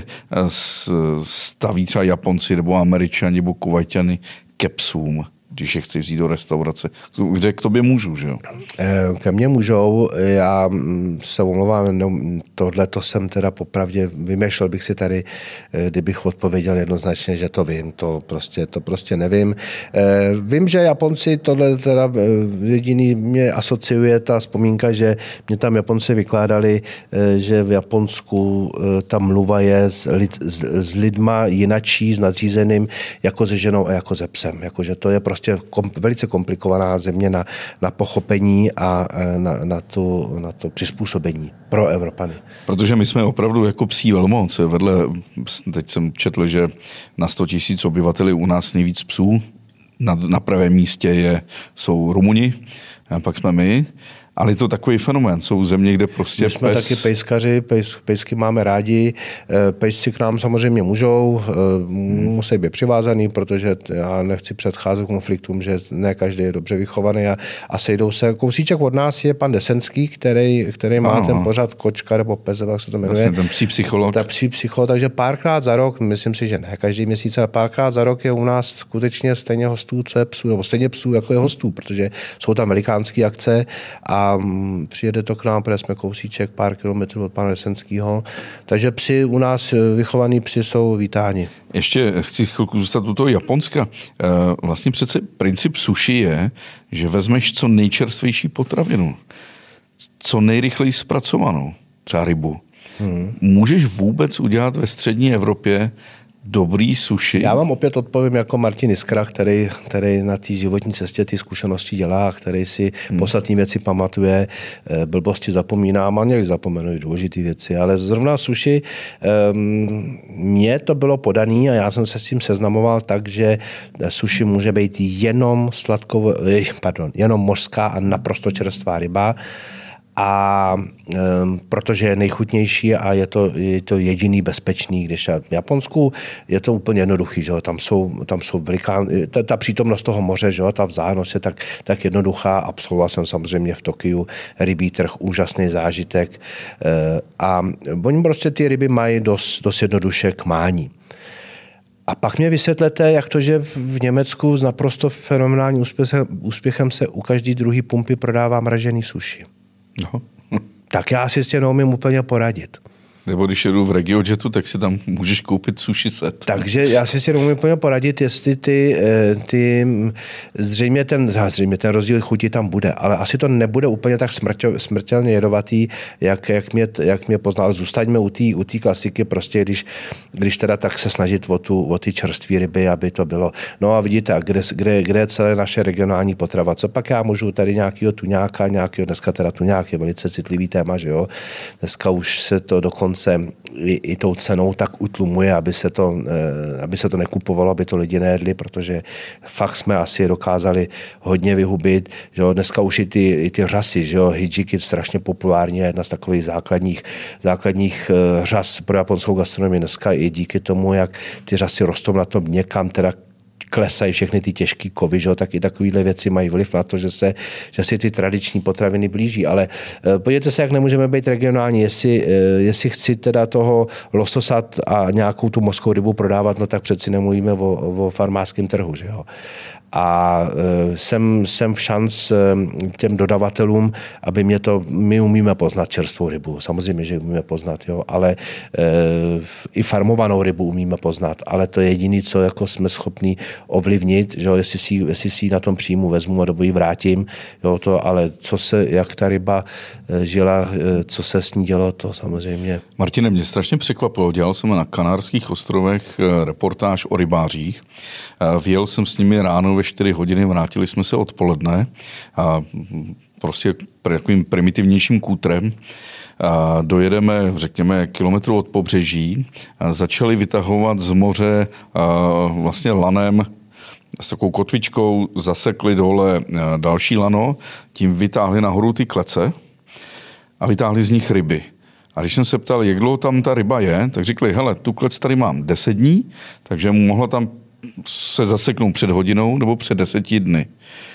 staví třeba Japonci nebo Američani nebo Kuvajťani ke psům, když je chci říct do restaurace, kde k tobě můžu, že jo? Ke mně můžou, já se omlouvám, no, tohle to jsem teda popravdě, vymýšlel bych si tady, kdybych odpověděl jednoznačně, že to vím, to prostě, to prostě nevím. Vím, že Japonci, tohle teda jediný mě asociuje ta vzpomínka, že mě tam Japonci vykládali, že v Japonsku ta mluva je s, lid, s, s lidma jinačí, s nadřízeným, jako se ženou a jako se psem, jakože to je prostě Kom, velice komplikovaná země na, na pochopení a na, na, tu, na to přizpůsobení pro Evropany. Protože my jsme opravdu jako psí velmoc. Vedle, teď jsem četl, že na sto tisíc obyvatel u nás nejvíc psů. Na, na pravém místě je, jsou Rumuni, a pak jsme my. Ale je to takový fenomén. Jsou země, kde prostě my jsme pes... taky pejskaři, pejs, pejsky máme rádi. Pejsci k nám samozřejmě můžou, musí být přivázaný, protože já nechci předcházet konfliktům, že ne každý je dobře vychovaný a, a sejdou se. Kousíček od nás je pan Desenský, který, který má Aha. ten pořad Kočka nebo Pes, jak se to jmenuje. Vlastně ten psí psycholog. Ta psí psycholog, takže párkrát za rok, myslím si, že ne každý měsíc, ale párkrát za rok je u nás skutečně stejně hostů, co je psů, nebo stejně psů, jako je hostů, protože jsou tam velikánské akce a A přijede to k nám, protože jsme kousíček pár kilometrů od pana Lesenského. Takže psi u nás, vychovaní psi, jsou vítáni. Ještě chci chvilku zůstat u toho Japonska. Vlastně přece princip sushi je, že vezmeš co nejčerstvější potravinu, co nejrychleji zpracovanou, třeba rybu. Hmm. Můžeš vůbec udělat ve střední Evropě dobrý sushi? Já vám opět odpovím jako Martin Iskra, který, který na té životní cestě ty zkušenosti dělá, který si hmm. podstatné věci pamatuje, blbosti zapomíná, a někdy zapomenu důležité věci, ale zrovna sushi, um, mně to bylo podaný a já jsem se s tím seznamoval tak, že sushi může být jenom sladkovo, pardon, jenom mořská a naprosto čerstvá ryba, a um, protože je nejchutnější a je to, je to jediný bezpečný, když v Japonsku je to úplně jednoduchý, že jo? Tam jsou, tam jsou velikán, ta, ta přítomnost toho moře, že jo? Ta vzájemnost je tak, tak jednoduchá. Absolvoval jsem samozřejmě v Tokiu rybí trh, úžasný zážitek uh, a oni prostě ty ryby mají dost, dost jednoduše k mání. A pak mě vysvětlete, jak to, že v Německu s naprosto fenomenálním úspěchem, úspěchem se u každý druhý pumpy prodává mražený sushi. No. Tak já si s tím neumím úplně poradit. Nebo když jedu v RegioJetu, tak si tam můžeš koupit sushi set. Takže já si si neumím úplně poradit, jestli ty, ty zřejmě, ten, zřejmě ten rozdíl chuti tam bude, ale asi to nebude úplně tak smrtěl, smrtelně jedovatý, jak, jak, mě, jak mě poznal. Zůstaňme u té u té klasiky, prostě když, když teda tak se snažit o, tu, o ty čerstvé ryby, aby to bylo. No a vidíte, kde, kde, kde je celé naše regionální potrava. Co pak já můžu tady nějakého tuňáka, nějakého, dneska teda tuňák je velice citlivý téma, že jo. Dneska už se to dokonce se i, i tou cenou tak utlumuje, aby se, to, aby se to nekupovalo, aby to lidi nejedli, protože fakt jsme asi dokázali hodně vyhubit. Že jo, dneska už i ty, i ty řasy, že jo, hijiki strašně populární, jedna z takových základních, základních řas pro japonskou gastronomii dneska i díky tomu, jak ty řasy rostou na tom někam, teda klesají všechny ty těžké kovy, že? Tak i takovéhle věci mají vliv na to, že se, že si ty tradiční potraviny blíží. Ale uh, podívejte se, jak nemůžeme být regionální. Jestli, uh, jestli chci teda toho lososat a nějakou tu mořskou rybu prodávat, no tak přeci nemluvíme o, o farmářském trhu. Že jo? A uh, jsem, jsem v šanc uh, těm dodavatelům, aby mě to, my umíme poznat čerstvou rybu. Samozřejmě, že umíme poznat, jo? Ale uh, i farmovanou rybu umíme poznat, ale to je jediné, co jako jsme schopní ovlivnit, že jo, jestli si, jestli si na tom příjmu vezmu a dobu ji vrátím, jo, to, ale co se, jak ta ryba žila, co se s ní dělo, to samozřejmě. Martine, mě strašně překvapilo, dělal jsem na Kanárských ostrovech reportáž o rybářích, vyjel jsem s nimi ráno ve čtyři hodiny, vrátili jsme se odpoledne a prostě takovým primitivnějším kútrem. A dojedeme, řekněme, kilometru od pobřeží a začali vytahovat z moře vlastně lanem s takovou kotvičkou, zasekli dole další lano, tím vytáhli nahoru ty klece a vytáhli z nich ryby. A když jsem se ptal, jak dlouho tam ta ryba je, tak řekli, hele, tu klec tady mám deset dní, takže mu mohla tam se zaseknout před hodinou nebo před deseti dny.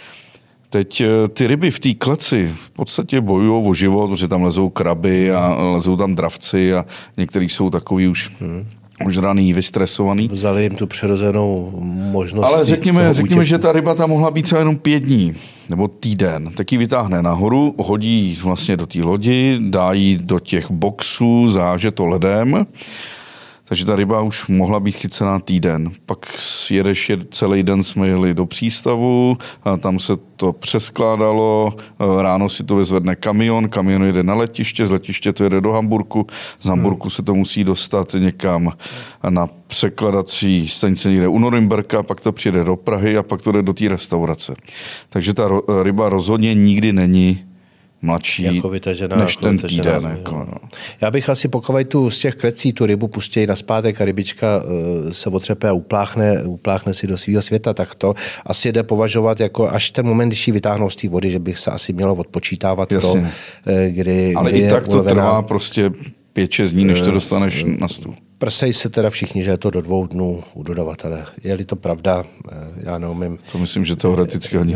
Teď ty ryby v té kleci v podstatě bojují o život, protože tam lezou kraby a lezou tam dravci a některý jsou takový už... Hmm. už raný, vystresovaný. Vzali jim tu přirozenou možnost. Ale řekněme, řekněme že ta ryba tam mohla být třeba jenom pět dní nebo týden. Tak ji vytáhne nahoru, hodí vlastně do té lodi, dá ji do těch boxů, záže to ledem. Takže ta ryba už mohla být chycená týden. Pak jedeš, celý den jsme jeli do přístavu, a tam se to přeskládalo, ráno si to vyzvedne kamion, kamion jede na letiště, z letiště to jede do Hamburku, z Hamburku hmm. se to musí dostat někam na překladací stanici někde u Norimberka, pak to přijede do Prahy a pak to jde do té restaurace. Takže ta ryba rozhodně nikdy není mladší jako vytažená, než jako ten vytažená, týden. Jako, no. Já bych asi pokud tu z těch klecí tu rybu pustí naspátek a rybička uh, se otřepe a upláchne, upláchne si do svého světa, tak to asi jde považovat jako až ten moment, když ji vytáhnou z té vody, že bych se asi mělo odpočítávat Jasně. to, kdy Ale kdy i tak to ulovená... trvá prostě pět šest dní, než to dostaneš na stůl. Prstejí se teda všichni, že je to do dvou dnů u dodavatele. Je-li to pravda, já neumím. To myslím, že teoreticky ani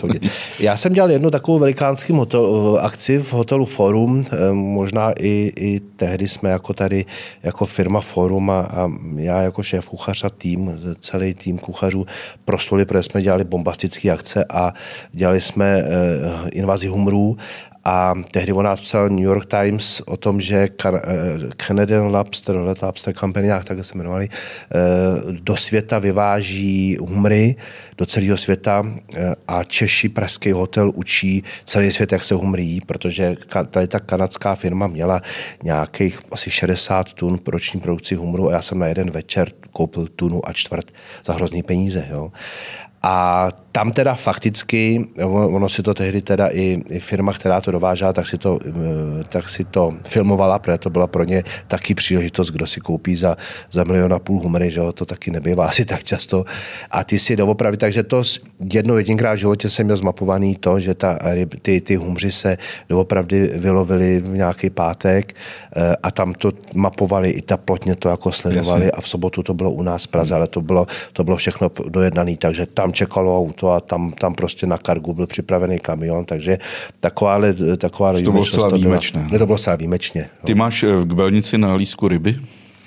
Já jsem dělal jednu takovou velikánskou hotel, akci v hotelu Forum. Možná i, i tehdy jsme jako tady jako firma Forum a, a já jako šéf kuchař a tým, celý tým kuchařů prosluli, protože jsme dělali bombastické akce a dělali jsme uh, invazi humorů. A tehdy o nás psal New York Times o tom, že Canadian Lobster, Lobster Company, tak se jmenovali, do světa vyváží humry, do celého světa a Češi, pražský hotel učí celý svět, jak se humry jí, protože tady ta kanadská firma měla nějakých asi šedesát tun roční produkci humru a já jsem na jeden večer koupil tunu a čtvrt za hrozný peníze. Jo. A tam teda fakticky, ono si to tehdy teda i, i firma, která to dovážela, tak si to, tak si to filmovala, protože to byla pro ně taky příležitost, kdo si koupí za, za milion a půl humry, že jo, to taky nebývá asi tak často. A ty si doopravdy, takže to jednou jedinkrát v životě jsem měl zmapovaný to, že ta, ty, ty humři se doopravdy vylovili v nějaký pátek a tam to mapovali, i ta plotně to jako sledovali. Jasně. A v sobotu to bylo u nás v Praze, ale to bylo, to bylo všechno dojednané, takže tam čekalo auto a tam, tam prostě na kargu byl připravený kamion, takže taková taková to bylo celá výjimečné. To bylo celá výjimečně. Ty máš k Belnici na hlízku ryby?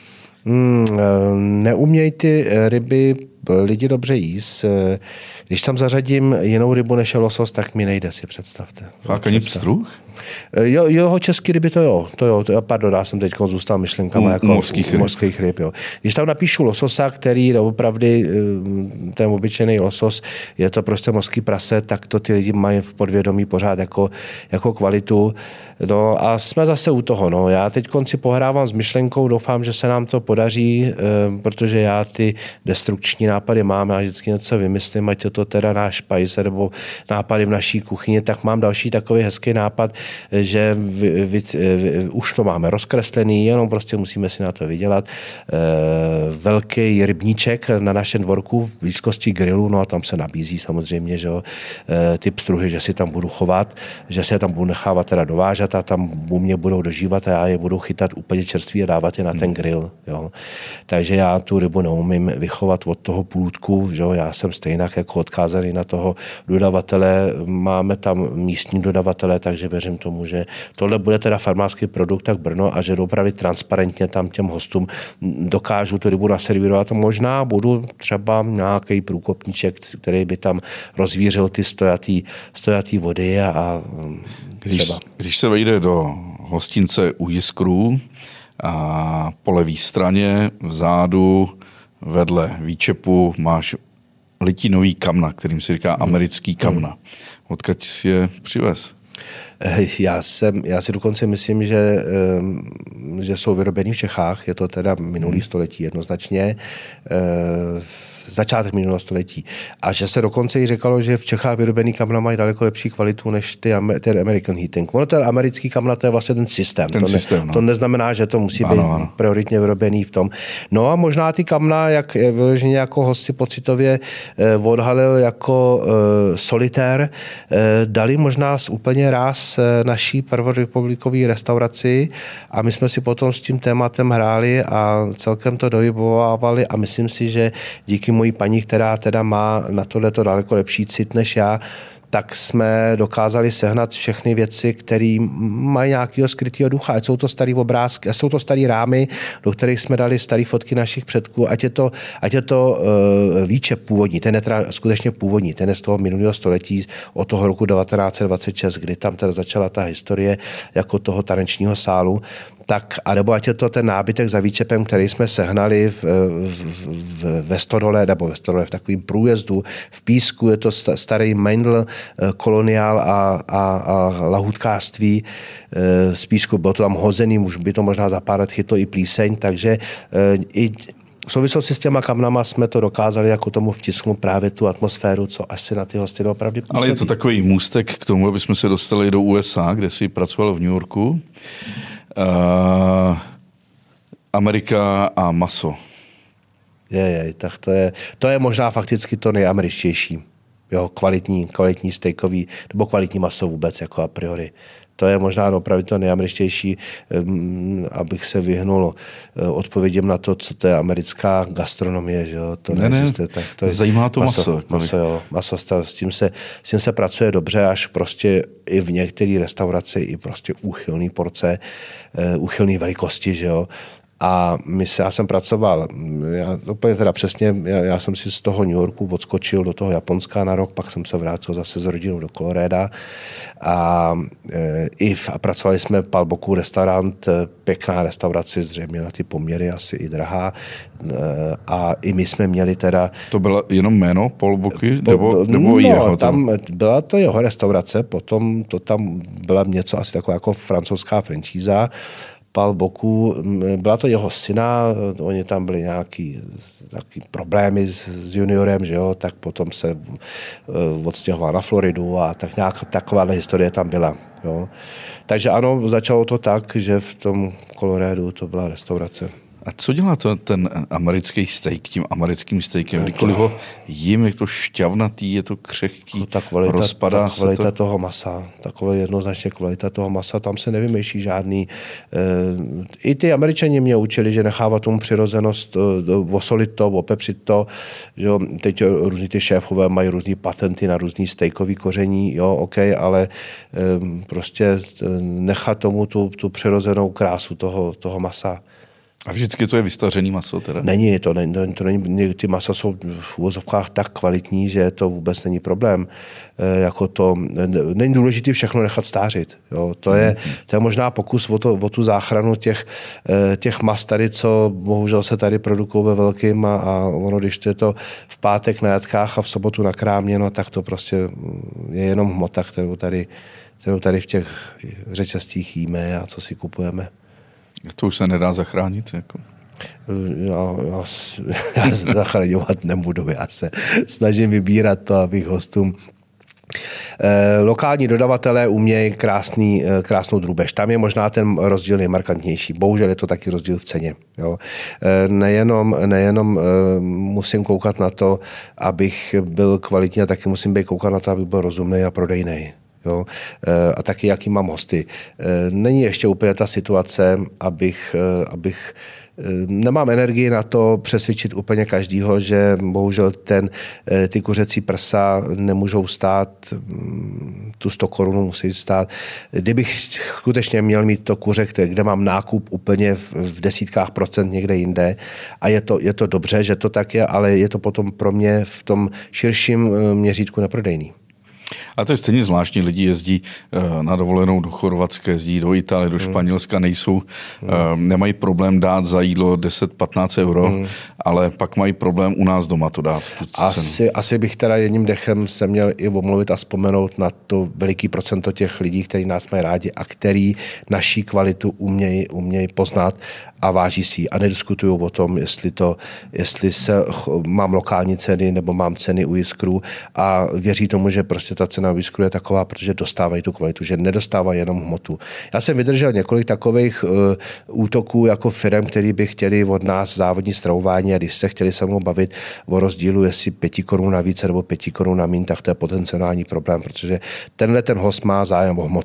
Hmm, neumějí ty ryby lidi dobře jíst. Když tam zařadím jinou rybu než je losos, tak mi nejde, si představte. Fakt ani pstruh? Jo, jo, český ryby to jo, to jo, to jo, pardon, já jsem teď zůstal myšlenkama u, jako u morských, u morských ryb. Jo. Když tam napíšu lososa, který opravdu ten obyčejný losos, je to prostě mořský prase, tak to ty lidi mají v podvědomí pořád jako, jako kvalitu. No a jsme zase u toho. No. Já teď konci pohrávám s myšlenkou, doufám, že se nám to podaří, protože já ty destrukční nápady mám, já vždycky něco vymyslím, ať je to teda náš špajs nebo nápady v naší kuchyni, tak mám další takový hezký nápad, že vy, vy, vy, už to máme rozkreslený, jenom prostě musíme si na to vydělat. E, velký rybníček na našem dvorku v blízkosti grilu, no a tam se nabízí samozřejmě, že e, ty pstruhy, že si tam budu chovat, že se tam budu nechávat teda dovážet a tam u mě budou dožívat a já je budu chytat úplně čerství a dávat je na ten grill. Jo. Takže já tu rybu neumím vychovat od toho plůdku, že já jsem stejně jako odkázaný na toho dodavatele, máme tam místní dodavatele, takže věřím tomu, že tohle bude teda farmářský produkt, tak Brno, a že opravdu transparentně tam těm hostům dokážu tu rybu naservírovat. Možná budu třeba nějaký průkopníček, který by tam rozvířil ty stojatý, stojatý vody a, a když, když se vejde do hostince u Jiskrů a po levé straně vzadu vedle výčepu máš litinový kamna, kterým se říká americký kamna. Odkud si je přivez? Já, jsem, já si dokonce myslím, že, že jsou vyrobení v Čechách, je to teda minulý století jednoznačně, začátek minulého století. A že se dokonce i říkalo, že v Čechách vyrobený kamna mají daleko lepší kvalitu než ty, ten American Heating. Ono ten americký kamna, to je vlastně ten systém. Ten to, systém ne, no. to neznamená, že to musí ano, být ano. prioritně vyrobený v tom. No a možná ty kamna, jak vyloženě jako host si pocitově eh, odhalil jako eh, solitér, eh, dali možná úplně ráz nás naší prvorepublikové restauraci a my jsme si potom s tím tématem hráli a celkem to dojibovávali a myslím si, že díky mojí paní, která teda má na tohleto daleko lepší cit než já, tak jsme dokázali sehnat všechny věci, které mají nějakého skrytého ducha. Ať jsou to starý obrázky, jsou to starý rámy, do kterých jsme dali staré fotky našich předků, ať je to, ať je to uh, líče původní, ten je teda skutečně původní, ten je z toho minulého století, od toho roku devatenáct set dvacet šest, kdy tam teda začala ta historie jako toho tanečního sálu, tak, anebo ať je to ten nábytek za výčepem, který jsme sehnali v, v, v, ve Stodole, nebo ve Stodole, v takovém průjezdu, v Písku, je to starý Meindl koloniál a, a, a lahůdkářství z Písku, bylo to tam hozený, už by to možná za pár let chytlo i plíseň, takže i v souvislosti s těma kamnama jsme to dokázali jako tomu vtisknout právě tu atmosféru, co asi na ty hosty opravdu působí. Ale je to takový můstek k tomu, aby jsme se dostali do U S A, kde jsi pracoval v New Yorku. Uh, Amerika a maso. Je, je, tak to je, to je možná fakticky to nejameričtější. Jo, kvalitní, kvalitní steakový, nebo kvalitní maso vůbec, jako a priori. To je možná opravdu to nejameričtější, abych se vyhnul odpovědím na to, co to je americká gastronomie, že jo. To ne, ne, tak to je zajímá to maso. Maso, maso, jo, maso s, tím se, s tím se pracuje dobře, až prostě i v některé restauraci i prostě úchylný porce, úchylný velikosti, že jo. A my se, já jsem pracoval, já, úplně teda přesně, já, já jsem si z toho New Yorku odskočil do toho Japonska na rok, pak jsem se vrátil zase s rodinou do Colorada a, e, i v, a pracovali jsme Palboku restaurant, pěkná restaurace, zřejmě na ty poměry asi i drahá e, a i my jsme měli teda... To bylo jenom jméno Palboky nebo, nebo no, jeho? Tam byla to jeho restaurace, potom to tam byla něco asi taková jako francouzská franšíza, Palboku, byla to jeho syna, oni tam byli nějaký, nějaký problémy s, s juniorem, že jo, tak potom se uh, odstěhoval na Floridu a tak nějak takováhle historie tam byla. Jo. Takže ano, začalo to tak, že v tom Coloradu to byla restaurace. A co dělá to, ten americký steak, tím americkým steakem? Kdykoliv ho jím, je to šťavnatý, je to křehký, ta kvalita, rozpadá ta kvalita se to... toho masa, taková jednoznačně kvalita toho masa, tam se nevymýšlí žádný. E, I ty Američani mě učili, že nechává tomu přirozenost, osolit to, opepřit to. Že jo, teď různý ty šéfové mají různý patenty na různý steakový koření, jo, OK, ale e, prostě nechat tomu tu, tu přirozenou krásu toho, toho masa. A vždycky to je vystařený maso teda? Není, to není, to není, ty masa jsou v uvozovkách tak kvalitní, že to vůbec není problém. E, jako to, není důležité všechno nechat stářit. Jo. To, je, to je možná pokus o, to, o tu záchranu těch, těch mas tady, co bohužel se tady produkují ve velkým a, a ono, když to je to v pátek na jatkách a v sobotu na krámě, no, tak to prostě je jenom hmota, kterou tady, kterou tady v těch řetězcích jíme a co si kupujeme. To už se nedá zachránit? Jako. Já, já, já zachraňovat nebudu, já se snažím vybírat to, abych hostům... Eh, lokální dodavatelé umějí krásný, eh, krásnou drůbež. Tam je možná ten rozdíl nejmarkantnější. Bohužel je to taky rozdíl v ceně. Jo. Eh, nejenom nejenom eh, musím koukat na to, abych byl kvalitní, a taky musím být koukat na to, abych byl rozumný a prodejnej. Jo, a taky, jaký mám hosty. Není ještě úplně ta situace, abych, abych nemám energii na to přesvědčit úplně každýho, že bohužel ten, ty kuřecí prsa nemůžou stát, tu sto korun musí stát. Kdybych skutečně měl mít to kuře, kde mám nákup úplně v, v desítkách procent někde jinde a je to, je to dobře, že to tak je, ale je to potom pro mě v tom širším měřítku neprodejný. A to je stejně zvláštní. Lidi jezdí na dovolenou do Chorvatska, jezdí do Itálie, do Španělska, nejsou, hmm. nemají problém dát za jídlo deset patnáct euro, hmm. ale pak mají problém u nás doma to dát. Asi, asi bych teda jedním dechem se měl i omluvit a vzpomenout na to veliký procento těch lidí, kteří nás mají rádi a který naší kvalitu umějí, umějí poznat a váží si a nediskutují o tom, jestli to, jestli se, mám lokální ceny nebo mám ceny u Jiskru a věří tomu, že prostě ta cena u Jiskru je taková, protože dostávají tu kvalitu, že nedostávají jenom hmotu. Já jsem vydržel několik takových uh, útoků jako firem, který by chtěli od nás závodní stravování a když se chtěli se mnou bavit o rozdílu, jestli pěti korun na více nebo pěti korun na míň, tak to je potenciální problém, protože tenhle ten host má zájem o hmotu.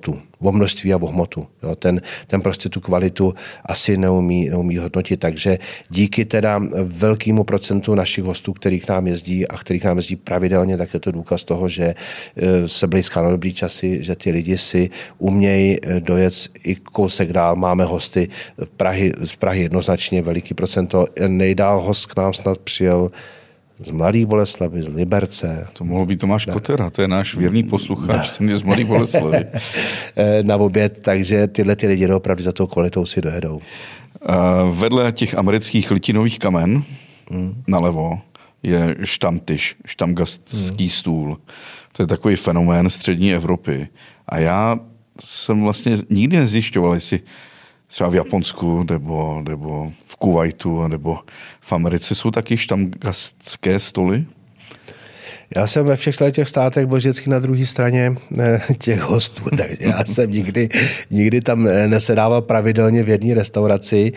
o množství a o hmotu. Jo. Ten, ten prostě tu kvalitu asi neumí, neumí hodnotit, takže díky teda velkému procentu našich hostů, který k nám jezdí a který k nám jezdí pravidelně, tak je to důkaz toho, že se blízká na dobrý časy, že ty lidi si umějí dojet i kousek dál. Máme hosty Prahy, z Prahy jednoznačně veliký procento. Nejdál host k nám snad přijel z Mladé Boleslavi, z Liberce. To mohlo být Tomáš Kotera, to je náš věrný posluchač, ten je z Mladé Boleslavy. Na oběd, takže tyhle ty lidi opravdu za tou kvalitou si dojedou. Uh, vedle těch amerických litinových kamen hmm. nalevo je štamtyš, štamgastský hmm. stůl. To je takový fenomén střední Evropy. A já jsem vlastně nikdy nezjišťoval, jestli třeba v Japonsku, nebo, nebo v Kuwaitu, nebo v Americe jsou taky štamgastské stoly? Já jsem ve všech těch státech byl vždycky na druhé straně těch hostů, takže já jsem nikdy, nikdy tam nesedával pravidelně v jedné restauraci,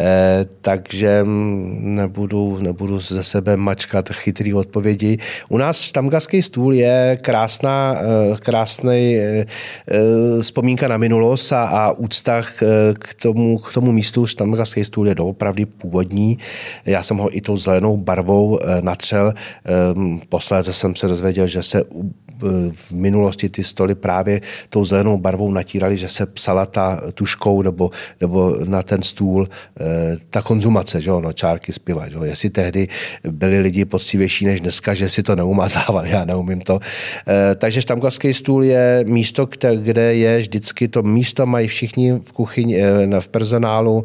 takže nebudu, nebudu ze sebe mačkat chytrý odpovědi. U nás štamgastský stůl je krásná, krásný vzpomínka na minulost a, a úcta k tomu, k tomu místu. Štamgastský stůl je doopravdy původní. Já jsem ho i tou zelenou barvou natřel. Posléze jsem se dozvěděl, že se v minulosti ty stoly právě tou zelenou barvou natírali, že se psala ta tuškou nebo, nebo na ten stůl ta konzumace, že no, čárky z piva. Že? Jestli tehdy byli lidi poctivější než dneska, že si to neumazávali, já neumím to. Takže štamgastský stůl je místo, kde je vždycky to místo, mají všichni v kuchyni, v personálu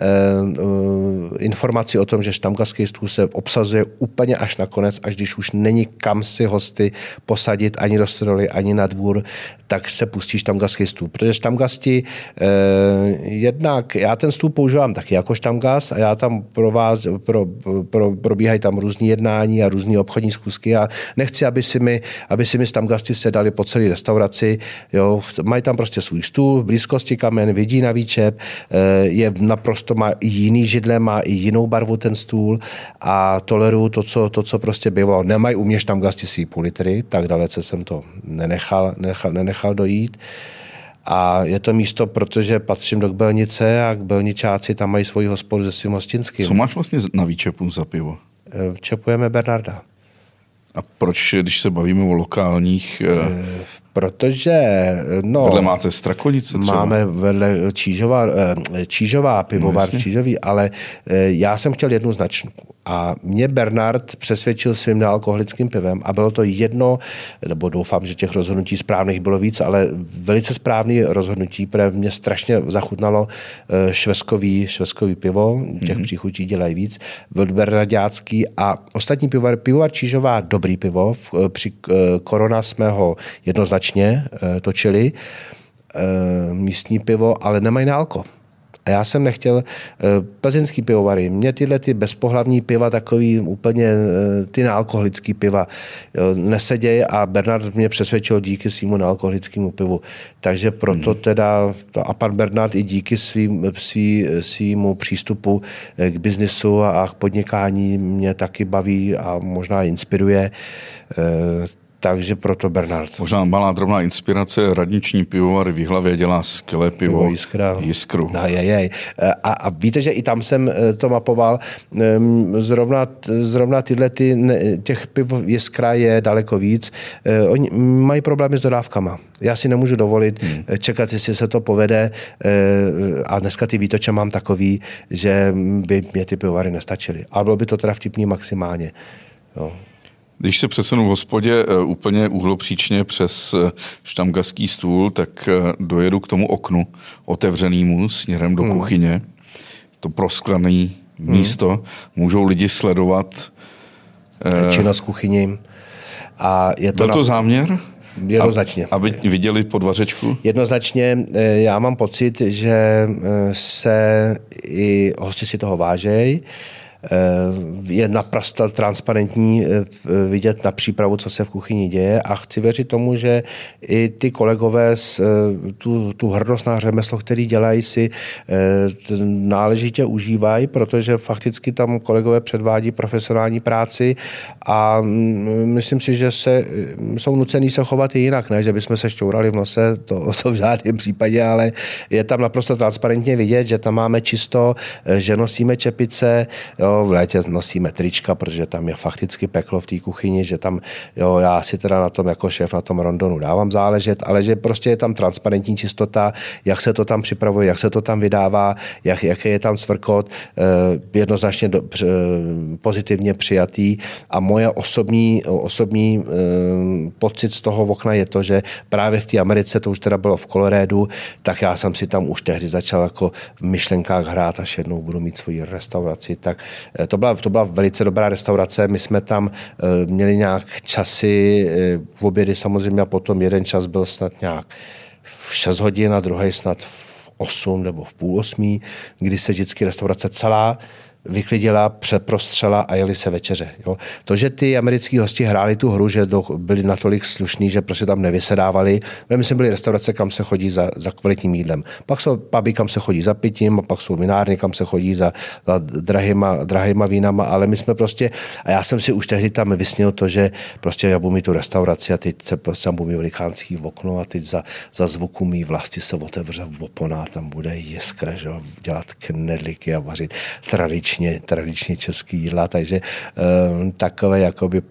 informaci o tom, že štamgastský stůl se obsazuje úplně až nakonec, až když už není kam si hosty posadit ani do stodoly, ani na dvůr, tak se pustí štamgastský stůl. Protože štamgasti eh, jednak, já ten stůl používám taky jako štamgast a já tam pro vás, pro, pro, probíhají tam různý jednání a různý obchodní schůzky a nechci, aby si mi, aby si mi štamgasti sedali po celé restauraci. Jo. Mají tam prostě svůj stůl, v blízkosti kamen, vidí na výčep, eh, je naprosto, má i jiný židle, má i jinou barvu ten stůl a toleruju to, co, to, co prostě bylo. Nemají u mě štamgasti svý půl litry, tak dalece jsem to nenechal, nenechal, nenechal dojít. A je to místo, protože patřím do Kbelnice a Kbelničáci tam mají svoji hospodu se svým hostinským. Co máš vlastně na výčepu za pivo? Čepujeme Bernarda. A proč, když se bavíme o lokálních... E, protože... No, vedle máte Strakonice třeba? Máme vedle Čížová, Čížová pivovar, no, Čížový, ale já jsem chtěl jednu značku. A mě Bernard přesvědčil svým nealkoholickým pivem a bylo to jedno, nebo doufám, že těch rozhodnutí správných bylo víc, ale velice správný rozhodnutí, protože mě strašně zachutnalo šveskový, šveskový pivo, těch mm-hmm. příchutí dělají víc, bernardiácký a ostatní pivovar, pivovar Čížová, dobrý pivo, při Korona jsme ho jednoznačně točili, místní pivo, ale nemají nealko. A já jsem nechtěl plzeňský pivovary. Mě tyhle ty bezpohlavní piva, takový úplně ty nealkoholický piva nesedějí a Bernard mě přesvědčil díky svýmu nealkoholickému pivu. Takže proto teda a pan Bernard i díky svým, svý, svýmu přístupu k biznisu a k podnikání mě taky baví a možná inspiruje. Takže proto Bernard. Možná malá drobná inspirace, radniční pivovar v Jihlavě dělá skvělé pivo. pivo Jiskra. Jiskru. No, je, je. A, a víte, že i tam jsem to mapoval. Zrovna, zrovna tyhle ty, těch piv Jiskra je daleko víc. Oni mají problémy s dodávkama. Já si nemůžu dovolit hmm. čekat, jestli se to povede a dneska ty výtoče mám takový, že by mě ty pivovary nestačily. Ale bylo by to teda vtipný maximálně. Jo. Když se přesunu v hospodě úplně úhlopříčně přes štamgastský stůl, tak dojedu k tomu oknu otevřenému směrem do hmm. kuchyně. To prosklené hmm. místo. Můžou lidi sledovat činnost kuchyni. A je to Byl na... to záměr? Jednoznačně. Aby viděli pod vařečku? Jednoznačně. Já mám pocit, že se i hosti si toho vážejí. je naprosto transparentní vidět na přípravu, co se v kuchyni děje a chci věřit tomu, že i ty kolegové tu, tu hrdost na řemeslo, který dělají, si náležitě užívají, protože fakticky tam kolegové předvádí profesionální práci a myslím si, že se, jsou nucený se chovat i jinak, ne, že bychom se šťourali v nose, to, to v žádném případě, ale je tam naprosto transparentně vidět, že tam máme čisto, že nosíme čepice, jo, v létě nosíme trička, protože tam je fakticky peklo v té kuchyni, že tam, jo, já si teda na tom jako šéf na tom rondonu dávám záležet, ale že prostě je tam transparentní čistota, jak se to tam připravuje, jak se to tam vydává, jak, jaký je tam cvrkot, eh, jednoznačně do, eh, pozitivně přijatý a moje osobní, osobní eh, pocit z toho okna je to, že právě v té Americe, to už teda bylo v Coloradu, tak já jsem si tam už tehdy začal jako v myšlenkách hrát, až jednou budu mít svoji restauraci. Tak to byla, to byla velice dobrá restaurace. My jsme tam měli nějak časy, v obědy samozřejmě a potom jeden čas byl snad nějak v šest hodin a druhý snad v osm nebo v půl osmí, kdy se vždycky restaurace celá vyklidila, přeprostřela a jeli se večeře. Jo. To, že ty americký hosti hráli tu hru, že do, byli natolik slušní, že prostě tam nevysedávali. My jsme byli restaurace, kam se chodí za, za kvalitním jídlem. Pak jsou puby, kam se chodí za pitím, a pak jsou vinárny, kam se chodí za, za drahýma, drahýma vínama, ale my jsme prostě, a já jsem si už tehdy tam vysnil to, že prostě já budu mít tu restauraci a teď se prostě tam budu mít velikánský okno a teď za, za zvuku mý vlasti se otevře opona, tam bude jiskra, že, dělat knedlíky a vařit tradiční tradičně český jídla, takže um, takové jakoby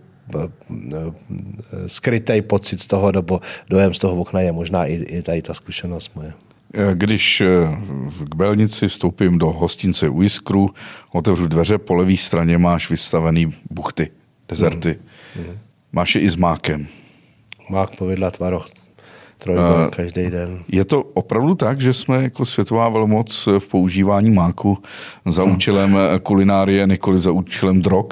skrytý pocit z toho, nebo dojem z toho okna je možná i, i tady ta zkušenost moje. Když k Belnici vstoupím do hostince u Jiskru, otevřu dveře, po levé straně máš vystavený buchty, dezerty. Mm. Mm. Máš je i s mákem. Mák, povidla, tvaroh. Trojbor každý den. Je to opravdu tak, že jsme jako světová velmoc v používání máku za účelem kulinárie, nikoli za účelem drog?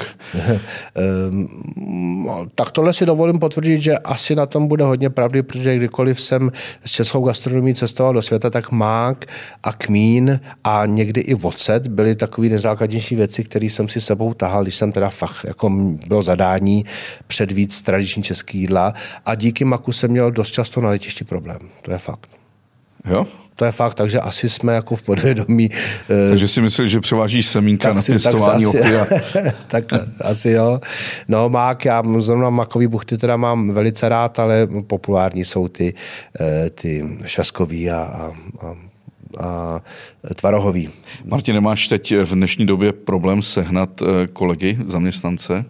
Tak tohle si dovolím potvrdit, že asi na tom bude hodně pravdy, protože kdykoliv jsem s českou gastronomií cestoval do světa, tak mák a kmín a někdy i ocet byly takové nejzákladnější věci, které jsem si sebou tahal, když jsem teda fakt, jako bylo zadání předvíc tradiční český jídla a díky maku jsem měl dost často na letišti problém. To je fakt. Jo? To je fakt, takže asi jsme jako v podvědomí. Takže si myslíš, že převážíš semínka na pěstování opia? Tak asi jo. No mák, já zrovna makový buchty teda mám velice rád, ale populární jsou ty, ty švestkový a, a, a a tvarohový. Martin, nemáš teď v dnešní době problém sehnat kolegy, zaměstnance?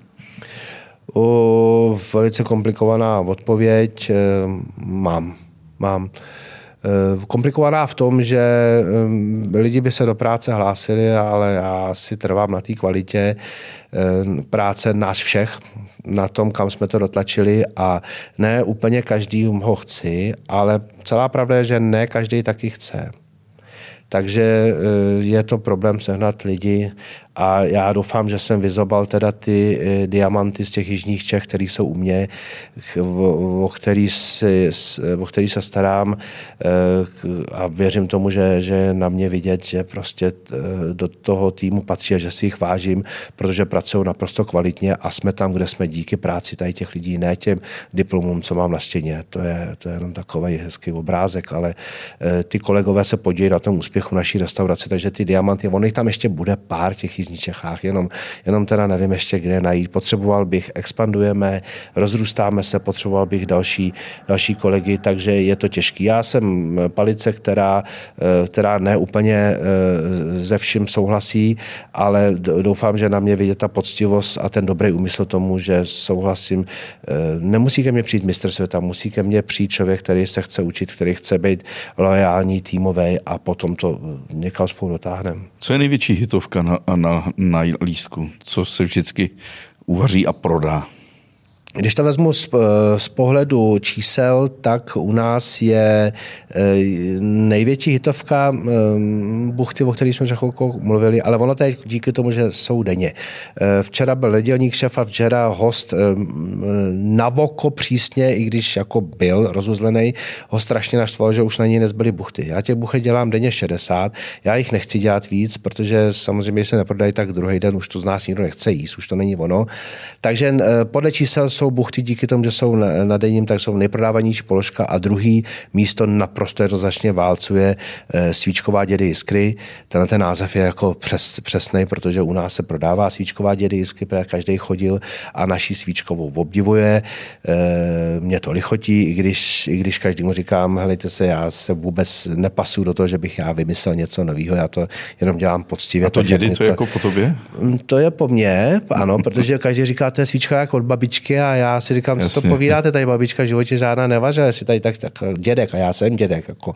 O, velice komplikovaná odpověď. Mám. Mám. Komplikovaná v tom, že lidi by se do práce hlásili, ale já si trvám na té kvalitě práce nás všech, na tom, kam jsme to dotlačili a ne úplně každý ho chci, ale celá pravda je, že ne každý taky chce. Takže je to problém sehnat lidi a já doufám, že jsem vyzobal teda ty diamanty z těch jižních Čech, který jsou u mě, o který, si, o který se starám a věřím tomu, že, že na mě vidět, že prostě do toho týmu patří a že si jich vážím, protože pracují naprosto kvalitně a jsme tam, kde jsme díky práci tady těch lidí, ne těm diplomům, co mám na stěně. To je, to je jenom takový hezký obrázek, ale ty kolegové se podílejí na tom úspěchu naší restaurace, takže ty diamanty, on jich tam ještě bude pár těch jižních Čechách, jenom, jenom teda nevím ještě, kde najít. Potřeboval bych, expandujeme, rozrůstáme se, potřeboval bych další, další kolegy, takže je to těžký. Já jsem palice, která, která ne úplně ze vším souhlasí, ale doufám, že na mě vidět ta poctivost a ten dobrý úmysl tomu, že souhlasím. Nemusí ke mně přijít mistr světa, musí ke mně přijít člověk, který se chce učit, který chce být loajální, týmový a potom to někam spolu dotáhneme. Co je největší hitovka na, na, na lístku? Co se vždycky uvaří a prodá? Když to vezmu z, z pohledu čísel, tak u nás je největší hitovka buchty, o kterých jsme chvilku mluvili, ale ono teď díky tomu, že jsou denně. Včera byl nedělník šéf a včera host navoko přísně, i když jako byl rozuzlený, ho strašně naštval, že už na něj nezbyly buchty. Já těch buchet dělám denně šedesát, já jich nechci dělat víc, protože samozřejmě, když se neprodají, tak druhý den už to z nás nikdo nechce jíst, už to není ono. Takže podle čísel jsou buchty díky tomu, že jsou na denním, tak jsou nejprodávanější položka a druhý místo naprosto jednoznačně válcuje svíčková Dědy Jiskry. Tenhle ten název je jako přes, přesnej, protože u nás se prodává svíčková Dědy Jiskry, protože každý chodil a naší svíčkovou obdivuje. Mě to lichotí, i když, i když každému říkám, helejte se, já se vůbec nepasuju do toho, že bych já vymyslel něco nového, já to jenom dělám poctivě. A to Dědy, to, to je jako po tobě? To je po mně, ano, protože každý říká, to je svíčka jako od babičky a já si říkám, co to povídáte, tady babička v životě žádná nevařila, jestli tady tak, tak dědek a já jsem dědek, jako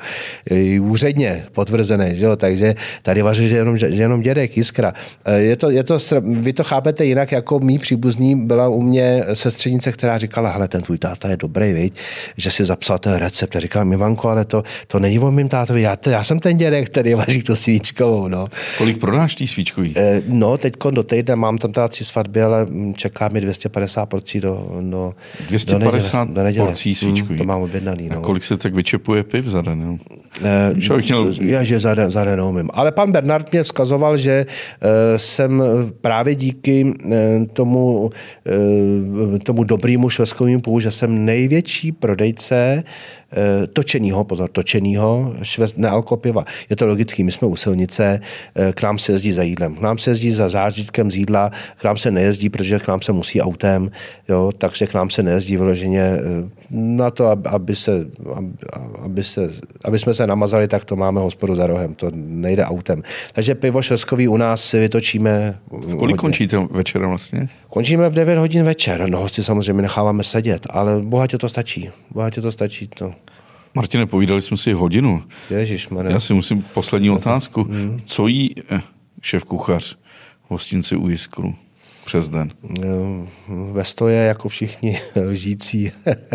úředně potvrzený, že jo, takže tady vaří, že jenom, že jenom dědek, Jiskra. Je to, je to, vy to chápete jinak, jako mý příbuzný byla u mě sestřenice, která říkala, hele, ten tvůj táta je dobrý, viď, že si zapsal ten recept. A říkám, Ivanko, ale to, to není o mým tátovi, já, to, já jsem ten dědek, který vaří tu svíčkovou, no. Kolik prodáš tý svíčkový? No, teďko do týdne mám tam teda tři svatby, ale čeká mi dvě stě padesát porcí do, do dvě stě padesát do neděle. porcí svíčkový. Hmm, to mám objednaný, no. A kolik se tak vyčepuje piv za den, jo? Eh, měl... Já, že za den, za den neumím. Ale pan Bernard mě vzkazoval, že eh, jsem právě díky eh, tomu, eh, tomu dobrýmu švestkovému pivu, že jsem největší prodejce točenýho, pozor, točenýho, švest, nealko piva. Je to logický, my jsme u silnice, k nám se jezdí za jídlem, k nám se jezdí za zážitkem z jídla, k nám se nejezdí, protože k nám se musí autem, jo, takže k nám se nejezdí vyloženě na to, aby, se, aby, se, aby jsme se namazali, tak to máme hospodu za rohem, to nejde autem. Takže pivo švestkový u nás si vytočíme. V kolik končíte večer vlastně? Končíme v devět hodin večer, no hosty samozřejmě necháváme sedět, ale bohatě to stačí, bohatě to stačí to. Martine, povídali jsme si hodinu. Ježišmarja. Já si musím poslední otázku. Hmm. Co jí šéf kuchař v hostinci u Jiskru přes den? Ve stoje jako všichni lžící.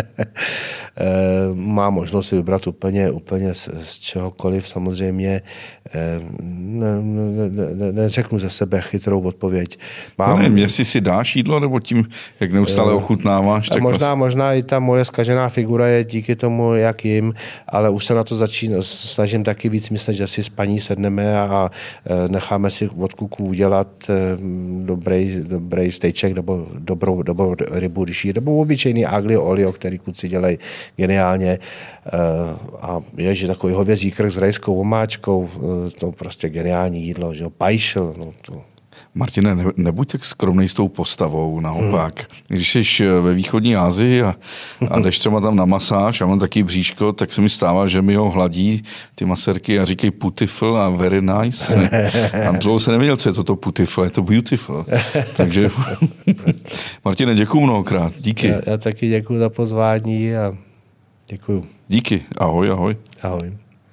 Má možnost si vybrat úplně, úplně z, z čehokoliv. Samozřejmě ne, ne, ne, neřeknu ze sebe chytrou odpověď. Mám... To nevím, jestli si dáš jídlo, nebo tím, jak neustále ochutnáváš. Tak možná, vás... možná i ta moje zkažená figura je díky tomu, jak jim, ale už se na to začín, snažím taky víc myslet, že si s paní sedneme a necháme si od kluků udělat dobrý, dobrý stejček nebo dobrou, dobrou rybu, když jí, nebo obyčejný aglio olio, který kluci dělají geniálně. A je, že takový hovězí krk s rajskou omáčkou, to prostě geniální jídlo, že jo, pajšl, no to... Martine, ne, nebuď tak skromnej s tou postavou, naopak. Hmm. Když jsi ve východní Asii a, a jdeš třeba tam na masáž a mám taky bříško, tak se mi stává, že mi ho hladí ty maserky a říkají beautiful a very nice. A dlouho se nevěděl, co je toto beautiful, je to beautiful. Takže Martine, děkuju mnohokrát, díky. Já, já taky děkuju za pozvání a děkuju. Díky, ahoj, ahoj. Ahoj.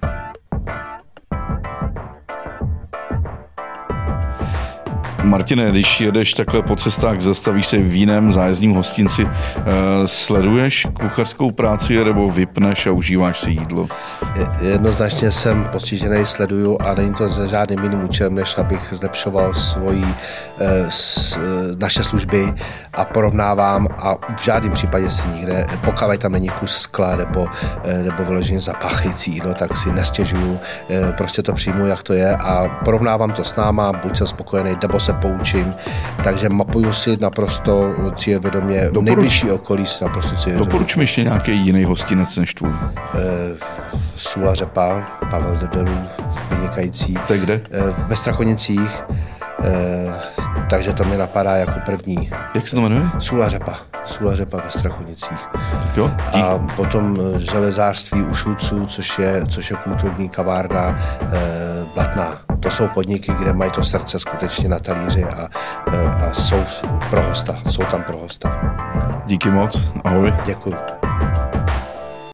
Martine, když jedeš takhle po cestách, zastavíš se v jiném zájezdním hostinci, sleduješ kuchařskou práci nebo vypneš a užíváš si jídlo? Jednoznačně jsem postižený, sleduju a není to za žádným jiným účelem, než abych zlepšoval svoji, naše služby a porovnávám a v žádném případě si nikde, pokud tam není kus skla nebo, nebo vyloženě zapáchající jídlo, tak si nestěžuju, prostě to přijmu, jak to je a porovnávám to s náma, buď jsem spokojený, nebo se poučím, takže mapuju si naprosto cílevědomě, nejbližší okolí naprosto cílevědomě. Doporuč mi ještě nějaký jiný hostinec než tvůj. E, Sula Řepa, Pavel Dedelů, vynikající. To je kde? E, ve Strachonicích, e, takže to mi napadá jako první. Jak se to jmenuje? Sula Řepa. Sula Řepa ve Strachonicích. Jo, a potom železářství u Šulců, což je, což je kulturní kavárna e, Blatná. To jsou podniky, kde mají to srdce skutečně na talíři a, a jsou pro hosta, jsou tam pro hosta. Díky moc, ahoj. Děkuji.